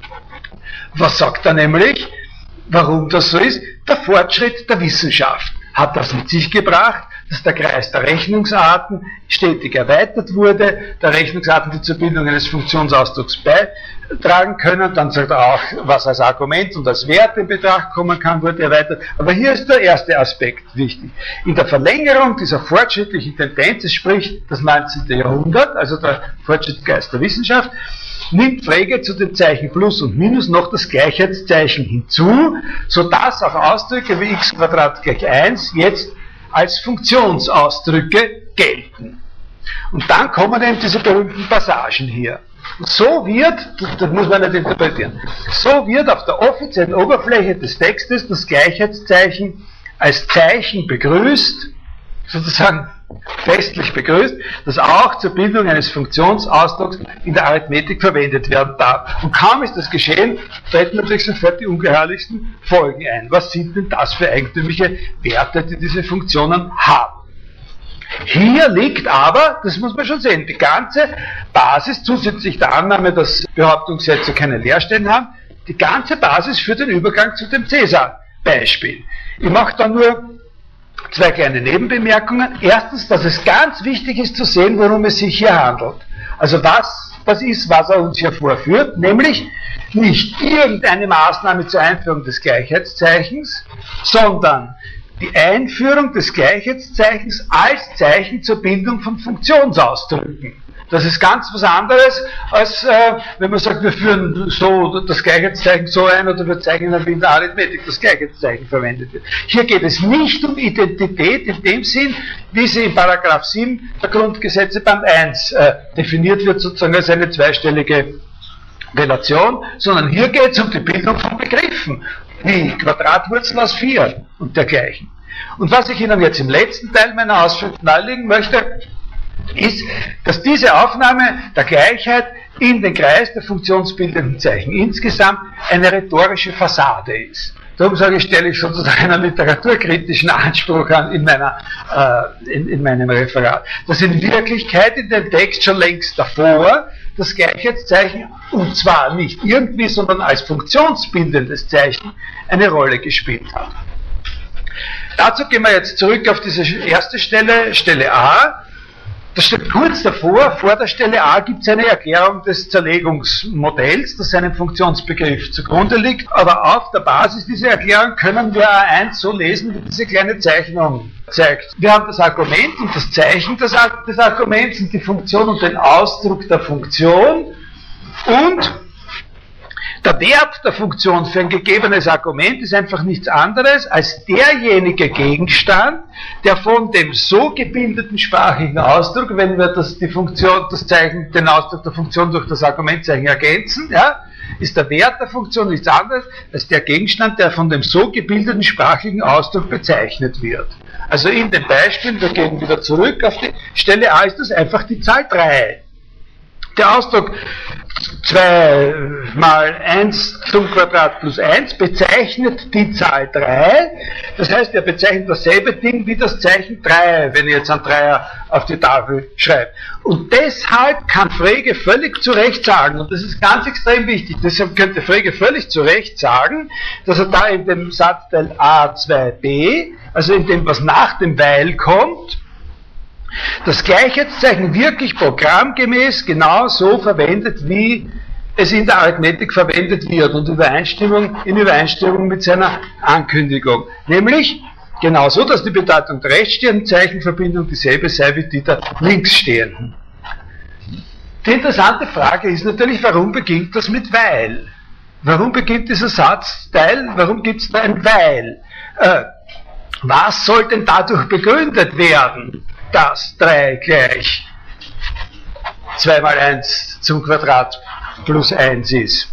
Was sagt er nämlich? Warum das so ist? Der Fortschritt der Wissenschaft hat das mit sich gebracht, dass der Kreis der Rechnungsarten stetig erweitert wurde, der Rechnungsarten, die zur Bildung eines Funktionsausdrucks beitragen können, dann sagt er auch, was als Argument und als Wert in Betracht kommen kann, wurde erweitert. Aber hier ist der erste Aspekt wichtig. In der Verlängerung dieser fortschrittlichen Tendenz, es spricht das 19. Jahrhundert, also der Fortschrittsgeist der Wissenschaft, nimmt Frege zu den Zeichen Plus und Minus noch das Gleichheitszeichen hinzu, sodass auch Ausdrücke wie x² gleich 1 jetzt als Funktionsausdrücke gelten. Und dann kommen eben diese berühmten Passagen hier. So wird, das muss man nicht interpretieren, so wird auf der offiziellen Oberfläche des Textes das Gleichheitszeichen als Zeichen begrüßt, sozusagen festlich begrüßt, das auch zur Bildung eines Funktionsausdrucks in der Arithmetik verwendet werden darf. Und kaum ist das geschehen, treten natürlich sofort die ungeheuerlichsten Folgen ein. Was sind denn das für eigentümliche Werte, die diese Funktionen haben? Hier liegt aber, das muss man schon sehen, die ganze Basis, zusätzlich der Annahme, dass Behauptungssätze keine Leerstellen haben, die ganze Basis für den Übergang zu dem Cäsar-Beispiel. Ich mache da nur zwei kleine Nebenbemerkungen. Erstens, dass es ganz wichtig ist zu sehen, worum es sich hier handelt. Also was das ist, was er uns hier vorführt, nämlich nicht irgendeine Maßnahme zur Einführung des Gleichheitszeichens, sondern die Einführung des Gleichheitszeichens als Zeichen zur Bildung von Funktionsausdrücken. Das ist ganz was anderes, als wenn man sagt, wir führen so das Gleichheitszeichen so ein oder wir zeichnen, wie in der Arithmetik das Gleichheitszeichen verwendet wird. Hier geht es nicht um Identität in dem Sinn, wie sie in Paragraph 7 der Grundgesetze Band 1 definiert wird, sozusagen als eine zweistellige Relation, sondern hier geht es um die Bildung von Begriffen, wie Quadratwurzel aus 4 und dergleichen. Und was ich Ihnen jetzt im letzten Teil meiner Ausführungen nahelegen möchte, ist, dass diese Aufnahme der Gleichheit in den Kreis der funktionsbildenden Zeichen insgesamt eine rhetorische Fassade ist. Darum sage ich, stelle ich sozusagen einen literaturkritischen Anspruch an in meinem Referat, dass in Wirklichkeit in dem Text schon längst davor das Gleichheitszeichen, und zwar nicht irgendwie, sondern als funktionsbildendes Zeichen, eine Rolle gespielt hat. Dazu gehen wir jetzt zurück auf diese erste Stelle, Stelle A. Das steht kurz davor, vor der Stelle A gibt es eine Erklärung des Zerlegungsmodells, das seinem Funktionsbegriff zugrunde liegt, aber auf der Basis dieser Erklärung können wir A1 so lesen, wie diese kleine Zeichnung zeigt. Wir haben das Argument und das Zeichen des Arguments und die Funktion und den Ausdruck der Funktion und Der Wert der Funktion für ein gegebenes Argument ist einfach nichts anderes als derjenige Gegenstand, der von dem so gebildeten sprachlichen Ausdruck, wenn wir den Ausdruck der Funktion durch das Argumentzeichen ergänzen, ja, ist der Wert der Funktion nichts anderes als der Gegenstand, der von dem so gebildeten sprachlichen Ausdruck bezeichnet wird. Also in dem Beispiel, wir gehen wieder zurück auf die Stelle A, ist das einfach die Zahl 3. Der Ausdruck 2 mal 1 zum Quadrat plus 1 bezeichnet die Zahl 3. Das heißt, er bezeichnet dasselbe Ding wie das Zeichen 3, wenn ich jetzt ein Dreier auf die Tafel schreibe. Und deshalb kann Frege völlig zu Recht sagen, und das ist ganz extrem wichtig, deshalb könnte Frege völlig zu Recht sagen, dass er da in dem Satzteil A2b, also in dem, was nach dem Weil kommt, das Gleichheitszeichen wirklich programmgemäß genau so verwendet, wie es in der Arithmetik verwendet wird und in Übereinstimmung mit seiner Ankündigung. Nämlich genauso, dass die Bedeutung der rechtsstehenden Zeichenverbindung dieselbe sei wie die der linksstehenden. Die interessante Frage ist natürlich, warum beginnt das mit Weil? Warum beginnt dieser Satzteil? Warum gibt es da ein Weil? Was soll denn dadurch begründet werden, dass 3 gleich 2 mal 1 zum Quadrat plus 1 ist?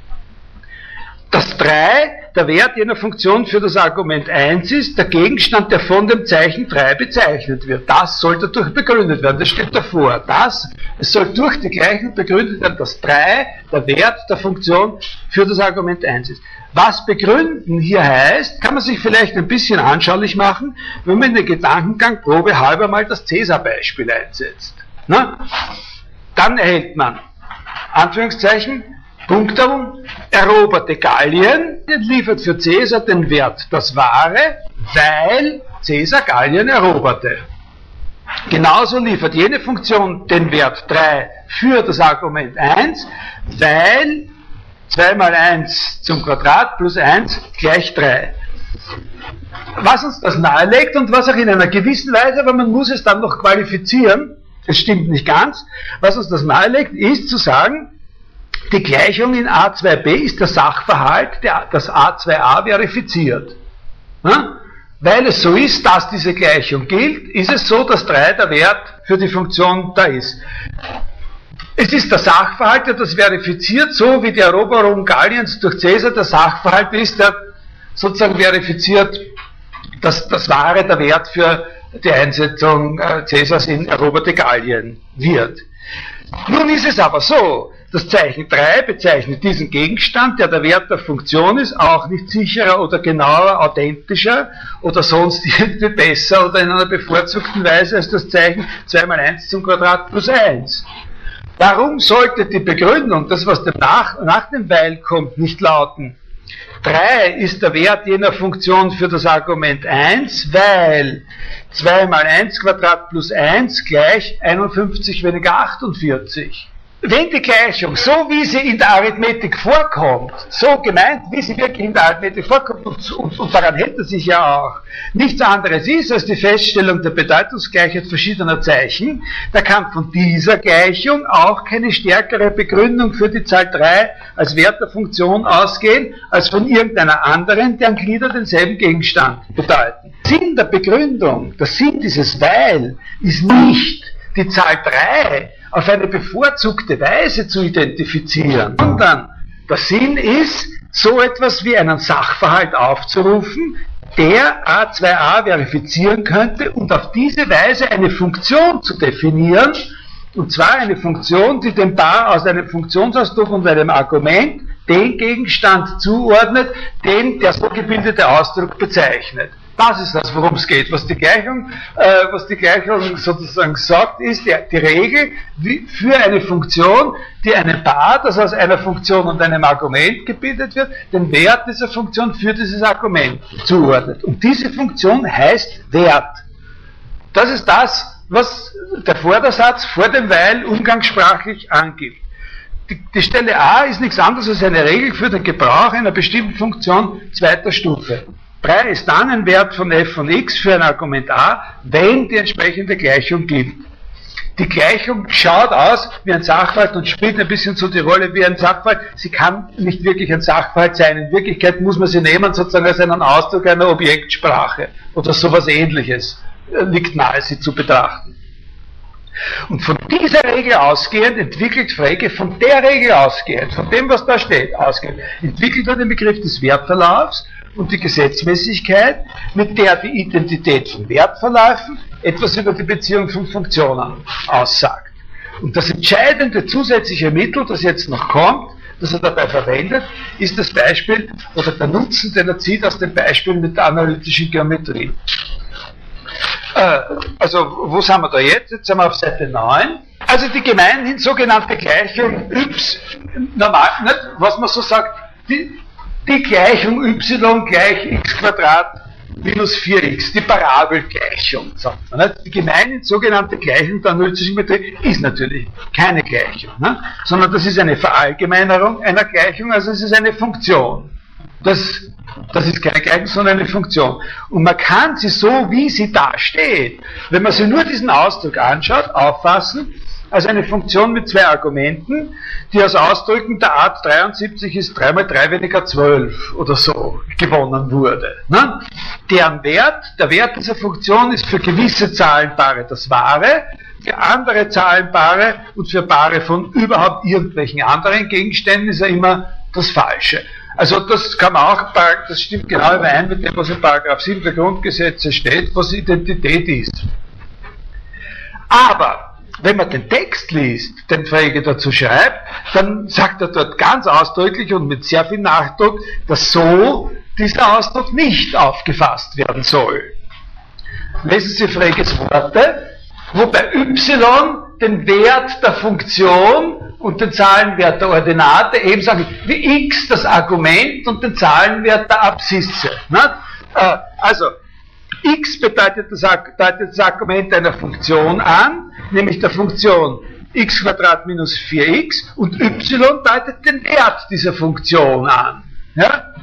Dass 3 der Wert jener Funktion für das Argument 1 ist, der Gegenstand, der von dem Zeichen 3 bezeichnet wird. Das soll dadurch begründet werden, das steht davor. Es soll durch die Gleichung begründet werden, dass 3 der Wert der Funktion für das Argument 1 ist. Was begründen hier heißt, kann man sich vielleicht ein bisschen anschaulich machen, wenn man in der Gedankengang probehalber mal das Cäsar-Beispiel einsetzt. Na? Dann erhält man, Anführungszeichen, Punkterung, eroberte Gallien, liefert für Cäsar den Wert das Wahre, weil Cäsar Gallien eroberte. Genauso liefert jene Funktion den Wert 3 für das Argument 1, weil 2 mal 1 zum Quadrat plus 1 gleich 3. Was uns das nahelegt und was auch in einer gewissen Weise, aber man muss es dann noch qualifizieren, es stimmt nicht ganz, was uns das nahelegt, ist zu sagen, die Gleichung in A2b ist der Sachverhalt, der das A2a verifiziert. Ja? Weil es so ist, dass diese Gleichung gilt, ist es so, dass 3 der Wert für die Funktion da ist. Es ist der Sachverhalt, der das verifiziert, so wie die Eroberung Galliens durch Cäsar der Sachverhalt ist, der sozusagen verifiziert, dass das Wahre der Wert für die Einsetzung Cäsars in eroberte Gallien wird. Nun ist es aber so, das Zeichen 3 bezeichnet diesen Gegenstand, der der Wert der Funktion ist, auch nicht sicherer oder genauer, authentischer oder sonst irgendwie besser oder in einer bevorzugten Weise als das Zeichen 2 mal 1 zum Quadrat plus 1. Warum sollte die Begründung, das was nach dem Weil kommt, nicht lauten, 3 ist der Wert jener Funktion für das Argument 1, weil 2 mal 1 Quadrat plus 1 gleich 51 weniger 48. Wenn die Gleichung, so wie sie in der Arithmetik vorkommt, so gemeint, wie sie wirklich in der Arithmetik vorkommt, und daran hält er sich ja auch, nichts anderes ist als die Feststellung der Bedeutungsgleichheit verschiedener Zeichen, da kann von dieser Gleichung auch keine stärkere Begründung für die Zahl 3 als Wert der Funktion ausgehen, als von irgendeiner anderen, deren Glieder denselben Gegenstand bedeuten. Sinn der Begründung, der Sinn dieses Weil, ist nicht die Zahl 3 auf eine bevorzugte Weise zu identifizieren, sondern der Sinn ist, so etwas wie einen Sachverhalt aufzurufen, der A2a verifizieren könnte und auf diese Weise eine Funktion zu definieren, und zwar eine Funktion, die dem Paar aus einem Funktionsausdruck und einem Argument den Gegenstand zuordnet, den der so gebildete Ausdruck bezeichnet. Das ist das, worum es geht. Was die Gleichung sozusagen sagt, ist die Regel für eine Funktion, die einem Paar, das aus einer Funktion und einem Argument gebildet wird, den Wert dieser Funktion für dieses Argument zuordnet. Und diese Funktion heißt Wert. Das ist das, was der Vordersatz vor dem Weil umgangssprachlich angibt. Die Stelle A ist nichts anderes als eine Regel für den Gebrauch einer bestimmten Funktion zweiter Stufe. 3 ist dann ein Wert von f von x für ein Argument a, wenn die entsprechende Gleichung gilt. Die Gleichung schaut aus wie ein Sachverhalt und spielt ein bisschen so die Rolle wie ein Sachverhalt. Sie kann nicht wirklich ein Sachverhalt sein. In Wirklichkeit muss man sie nehmen sozusagen als einen Ausdruck einer Objektsprache oder sowas Ähnliches. Liegt nahe, sie zu betrachten. Und von dieser Regel ausgehend entwickelt Frege, von der Regel ausgehend, von dem, was da steht, ausgehend, entwickelt er den Begriff des Wertverlaufs und die Gesetzmäßigkeit, mit der die Identität von Wertverläufen etwas über die Beziehung von Funktionen aussagt. Und das entscheidende zusätzliche Mittel, das jetzt noch kommt, das er dabei verwendet, ist das Beispiel oder der Nutzen, den er zieht aus dem Beispiel mit der analytischen Geometrie. Also, wo sind wir da jetzt? Jetzt sind wir auf Seite 9. Also die gemeinhin sogenannte Gleichung normal, nicht, was man so sagt, die Gleichung y gleich x Quadrat minus 4x, die Parabelgleichung, sagt man. Nicht? Die gemeinhin sogenannte Gleichung der analytischen Geometrie ist natürlich keine Gleichung, nicht? Sondern das ist eine Verallgemeinerung einer Gleichung, also es ist eine Funktion. Das ist keine Gleichung, sondern eine Funktion. Und man kann sie so, wie sie da steht, wenn man sich nur diesen Ausdruck anschaut, auffassen, als eine Funktion mit zwei Argumenten, die aus Ausdrücken der Art 73 ist 3 mal 3 weniger 12 oder so gewonnen wurde. Ne? Der Wert dieser Funktion ist für gewisse Zahlenpaare das Wahre, für andere Zahlenpaare und für Paare von überhaupt irgendwelchen anderen Gegenständen ist er immer das Falsche. Also das kann man auch, das stimmt genau überein mit dem, was in Paragraph 7 der Grundgesetze steht, was Identität ist. Aber wenn man den Text liest, den Frege dazu schreibt, dann sagt er dort ganz ausdrücklich und mit sehr viel Nachdruck, dass so dieser Ausdruck nicht aufgefasst werden soll. Lesen Sie Freges Worte, wo bei y den Wert der Funktion und den Zahlenwert der Ordinate eben sagen, wie x das Argument und den Zahlenwert der Abszisse. Also, x bedeutet das Argument einer Funktion an, nämlich der Funktion x Quadrat minus 4x und y deutet den Wert dieser Funktion an. Ja?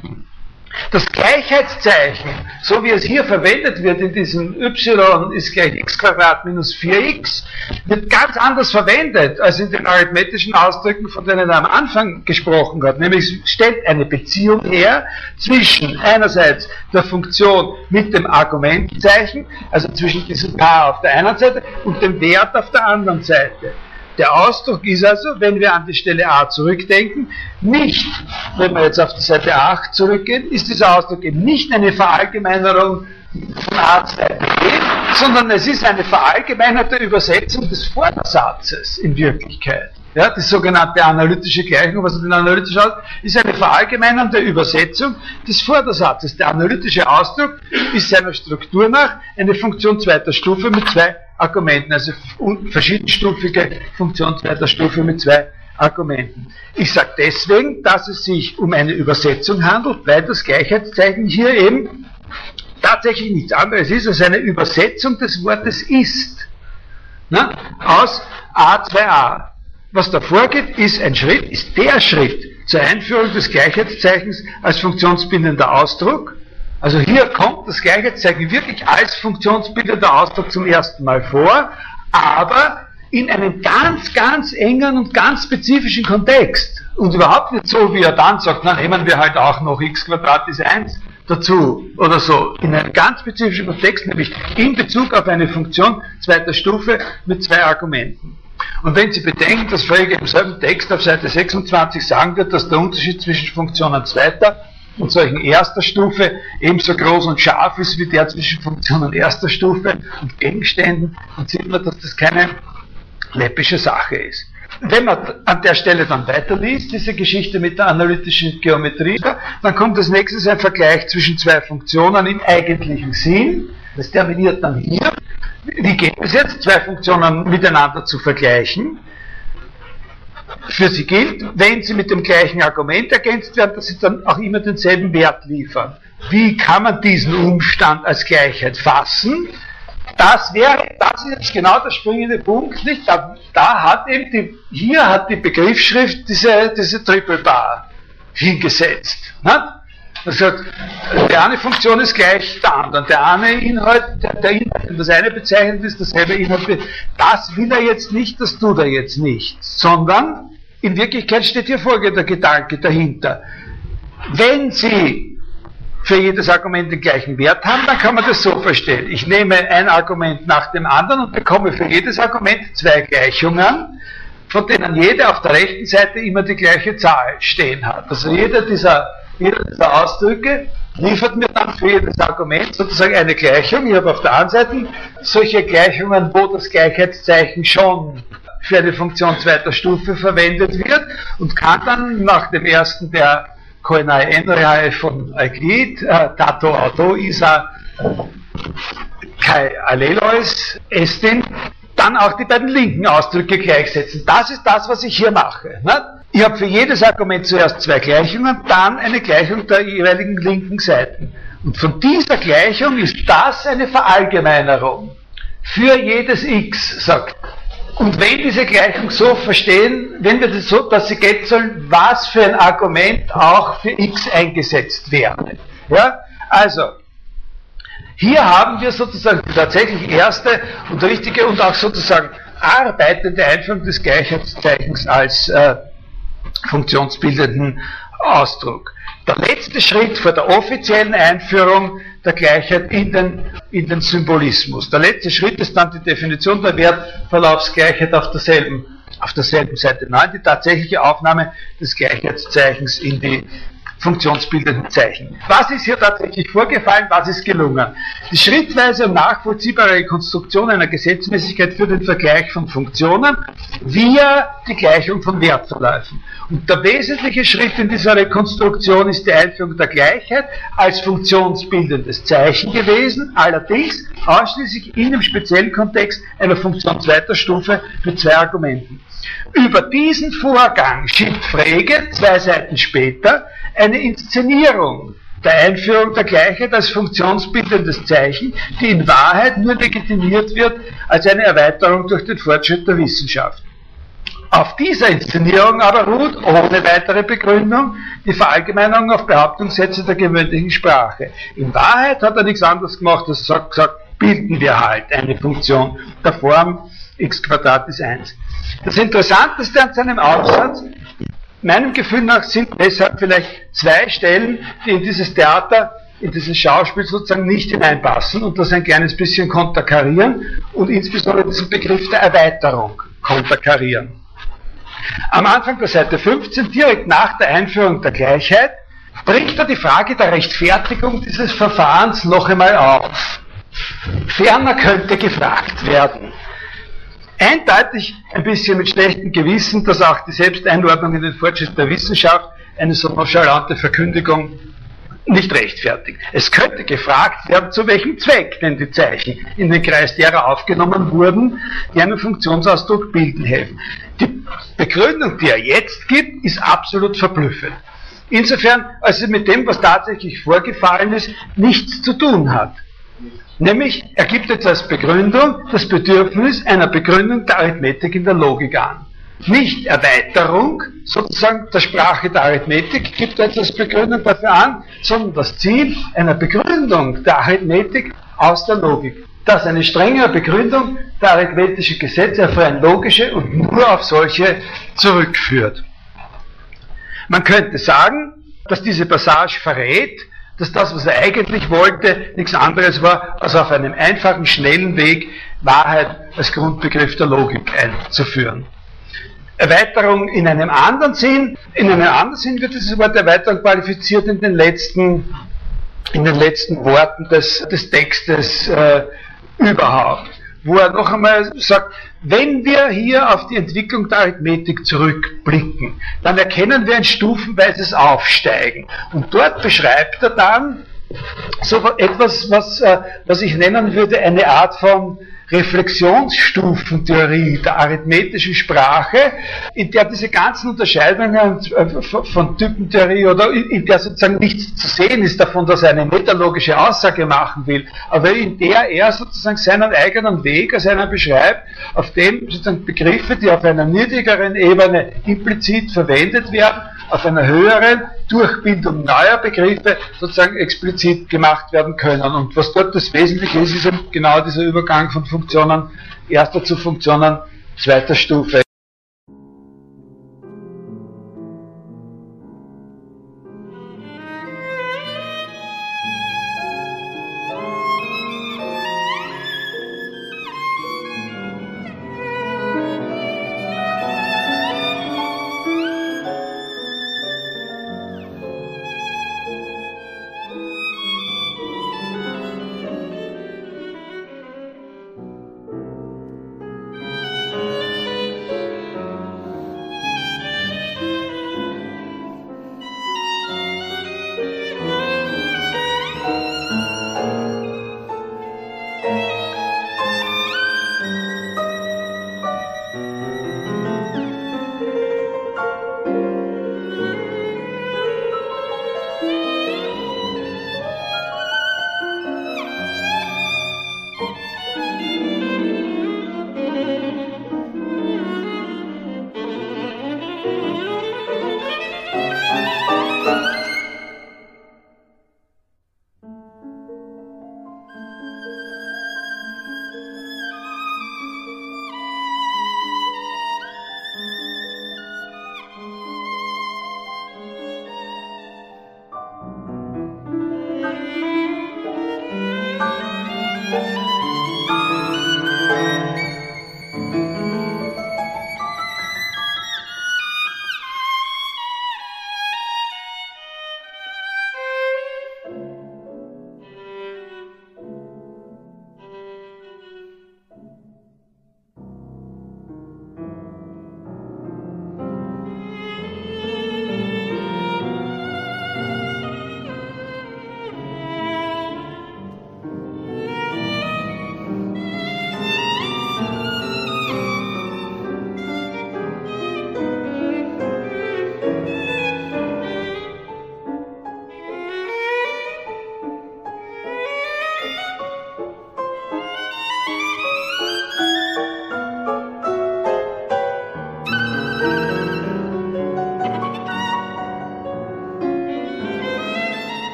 Das Gleichheitszeichen, so wie es hier verwendet wird in diesem y ist gleich x Quadrat minus 4x, wird ganz anders verwendet als in den arithmetischen Ausdrücken, von denen er am Anfang gesprochen hat. Nämlich es stellt eine Beziehung her zwischen einerseits der Funktion mit dem Argumentzeichen, also zwischen diesem Paar auf der einen Seite und dem Wert auf der anderen Seite. Der Ausdruck ist also, wenn wir an die Stelle a zurückdenken, nicht, wenn wir jetzt auf die Seite 8 zurückgehen, ist dieser Ausdruck eben nicht eine Verallgemeinerung von a Seite b, sondern es ist eine verallgemeinerte Übersetzung des Vordersatzes in Wirklichkeit. Ja, die sogenannte analytische Gleichung, was den analytisch aus, ist eine verallgemeinernde Übersetzung des Vordersatzes. Der analytische Ausdruck ist seiner Struktur nach eine Funktion zweiter Stufe mit zwei Argumenten, also verschiedenstufige Funktion zweiter Stufe mit zwei Argumenten. Ich sage deswegen, dass es sich um eine Übersetzung handelt, weil das Gleichheitszeichen hier eben tatsächlich nichts anderes ist als eine Übersetzung des Wortes ist, na, aus A2a. Was da vorgeht, ist der Schritt zur Einführung des Gleichheitszeichens als funktionsbindender Ausdruck. Also hier kommt das Gleichheitszeichen wirklich als funktionsbindender Ausdruck zum ersten Mal vor, aber in einem ganz, ganz engen und ganz spezifischen Kontext. Und überhaupt nicht so, wie er dann sagt, na nehmen wir halt auch noch x Quadrat ist 1 dazu oder so. In einem ganz spezifischen Kontext, nämlich in Bezug auf eine Funktion zweiter Stufe mit zwei Argumenten. Und wenn Sie bedenken, dass Frege im selben Text auf Seite 26 sagen wird, dass der Unterschied zwischen Funktionen zweiter und solchen erster Stufe ebenso groß und scharf ist wie der zwischen Funktionen erster Stufe und Gegenständen, dann sieht man, dass das keine läppische Sache ist. Wenn man an der Stelle dann weiterliest, diese Geschichte mit der analytischen Geometrie, dann kommt als nächstes ein Vergleich zwischen zwei Funktionen im eigentlichen Sinn. Das terminiert dann hier. Wie geht es jetzt, zwei Funktionen miteinander zu vergleichen? Für sie gilt, wenn sie mit dem gleichen Argument ergänzt werden, dass sie dann auch immer denselben Wert liefern. Wie kann man diesen Umstand als Gleichheit fassen? Das ist jetzt genau der springende Punkt, nicht? Da hat eben hier hat die Begriffsschrift diese Triple Bar hingesetzt. Nicht? Das sagt, die eine Funktion ist gleich der anderen. Der eine Inhalt, der Inhalt, das eine bezeichnet ist, dasselbe Inhalt. Das will er jetzt nicht, das tut er jetzt nicht. Sondern, in Wirklichkeit steht hier folgender Gedanke dahinter. Wenn Sie für jedes Argument den gleichen Wert haben, dann kann man das so verstehen. Ich nehme ein Argument nach dem anderen und bekomme für jedes Argument zwei Gleichungen, von denen jede auf der rechten Seite immer die gleiche Zahl stehen hat. Also jeder dieser Ausdrücke liefert mir dann für jedes Argument sozusagen eine Gleichung. Ich habe auf der anderen Seite solche Gleichungen, wo das Gleichheitszeichen schon für eine Funktion zweiter Stufe verwendet wird und kann dann nach dem ersten der Kohenai-N-Reihe von Euklid, Tato Auto Isa Kai Alelois Estin, dann auch die beiden linken Ausdrücke gleichsetzen. Das ist das, was ich hier mache. Ne? Ich habe für jedes Argument zuerst zwei Gleichungen, dann eine Gleichung der jeweiligen linken Seiten. Und von dieser Gleichung ist das eine Verallgemeinerung. Für jedes x, sagt. Und wenn diese Gleichung so verstehen, wenn wir das so, dass sie gelten sollen, was für ein Argument auch für x eingesetzt werde. Ja? Also, hier haben wir sozusagen die tatsächlich erste und richtige und auch sozusagen arbeitende Einführung des Gleichheitszeichens als funktionsbildenden Ausdruck. Der letzte Schritt vor der offiziellen Einführung der Gleichheit in den Symbolismus. Der letzte Schritt ist dann die Definition der Wertverlaufsgleichheit auf derselben Seite 9, die tatsächliche Aufnahme des Gleichheitszeichens in die funktionsbildenden Zeichen. Was ist hier tatsächlich vorgefallen? Was ist gelungen? Die schrittweise und nachvollziehbare Rekonstruktion einer Gesetzmäßigkeit für den Vergleich von Funktionen via die Gleichung von Wertverläufen. Und der wesentliche Schritt in dieser Rekonstruktion ist die Einführung der Gleichheit als funktionsbildendes Zeichen gewesen, allerdings ausschließlich in dem speziellen Kontext einer Funktion zweiter Stufe mit zwei Argumenten. Über diesen Vorgang schiebt Frege 2 Seiten später eine Inszenierung der Einführung der Gleichheit als funktionsbildendes Zeichen, die in Wahrheit nur legitimiert wird als eine Erweiterung durch den Fortschritt der Wissenschaft. Auf dieser Inszenierung aber ruht, ohne weitere Begründung, die Verallgemeinerung auf Behauptungssätze der gewöhnlichen Sprache. In Wahrheit hat er nichts anderes gemacht, als gesagt, bilden wir halt eine Funktion der Form x² ist 1. Das Interessanteste an seinem Aufsatz, meinem Gefühl nach, sind deshalb vielleicht zwei Stellen, die in dieses Theater, in dieses Schauspiel sozusagen nicht hineinpassen und das ein kleines bisschen konterkarieren und insbesondere diesen Begriff der Erweiterung konterkarieren. Am Anfang der Seite 15, direkt nach der Einführung der Gleichheit, bringt er die Frage der Rechtfertigung dieses Verfahrens noch einmal auf. Ferner könnte gefragt werden. Eindeutig ein bisschen mit schlechtem Gewissen, dass auch die Selbsteinordnung in den Fortschritt der Wissenschaft eine so nonchalante Verkündigung nicht rechtfertigt. Es könnte gefragt werden, zu welchem Zweck denn die Zeichen in den Kreis derer aufgenommen wurden, die einen Funktionsausdruck bilden helfen. Die Begründung, die er jetzt gibt, ist absolut verblüffend. Insofern, als es mit dem, was tatsächlich vorgefallen ist, nichts zu tun hat. Nämlich, er gibt jetzt als Begründung das Bedürfnis einer Begründung der Arithmetik in der Logik an. Nicht Erweiterung, sozusagen der Sprache der Arithmetik, gibt er jetzt als Begründung dafür an, sondern das Ziel einer Begründung der Arithmetik aus der Logik. Dass eine strengere Begründung der arithmetischen Gesetze auf eine logische und nur auf solche zurückführt. Man könnte sagen, dass diese Passage verrät, dass das, was er eigentlich wollte, nichts anderes war, als auf einem einfachen, schnellen Weg Wahrheit als Grundbegriff der Logik einzuführen. Erweiterung in einem anderen Sinn wird dieses Wort Erweiterung qualifiziert in den letzten Worten des Textes überhaupt, wo er noch einmal sagt, wenn wir hier auf die Entwicklung der Arithmetik zurückblicken, dann erkennen wir ein stufenweises Aufsteigen. Und dort beschreibt er dann so etwas, was ich nennen würde, eine Art von Reflexionsstufentheorie der arithmetischen Sprache, in der diese ganzen Unterscheidungen von Typentheorie oder in der sozusagen nichts zu sehen ist davon, dass er eine metalogische Aussage machen will, aber in der er sozusagen seinen eigenen Weg als einer beschreibt, auf dem sozusagen Begriffe, die auf einer niedrigeren Ebene implizit verwendet werden, auf einer höheren Durchbindung neuer Begriffe sozusagen explizit gemacht werden können. Und was dort das Wesentliche ist, ist eben genau dieser Übergang von Funktionen erster zu Funktionen zweiter Stufe.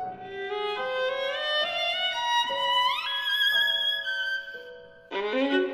Thank you.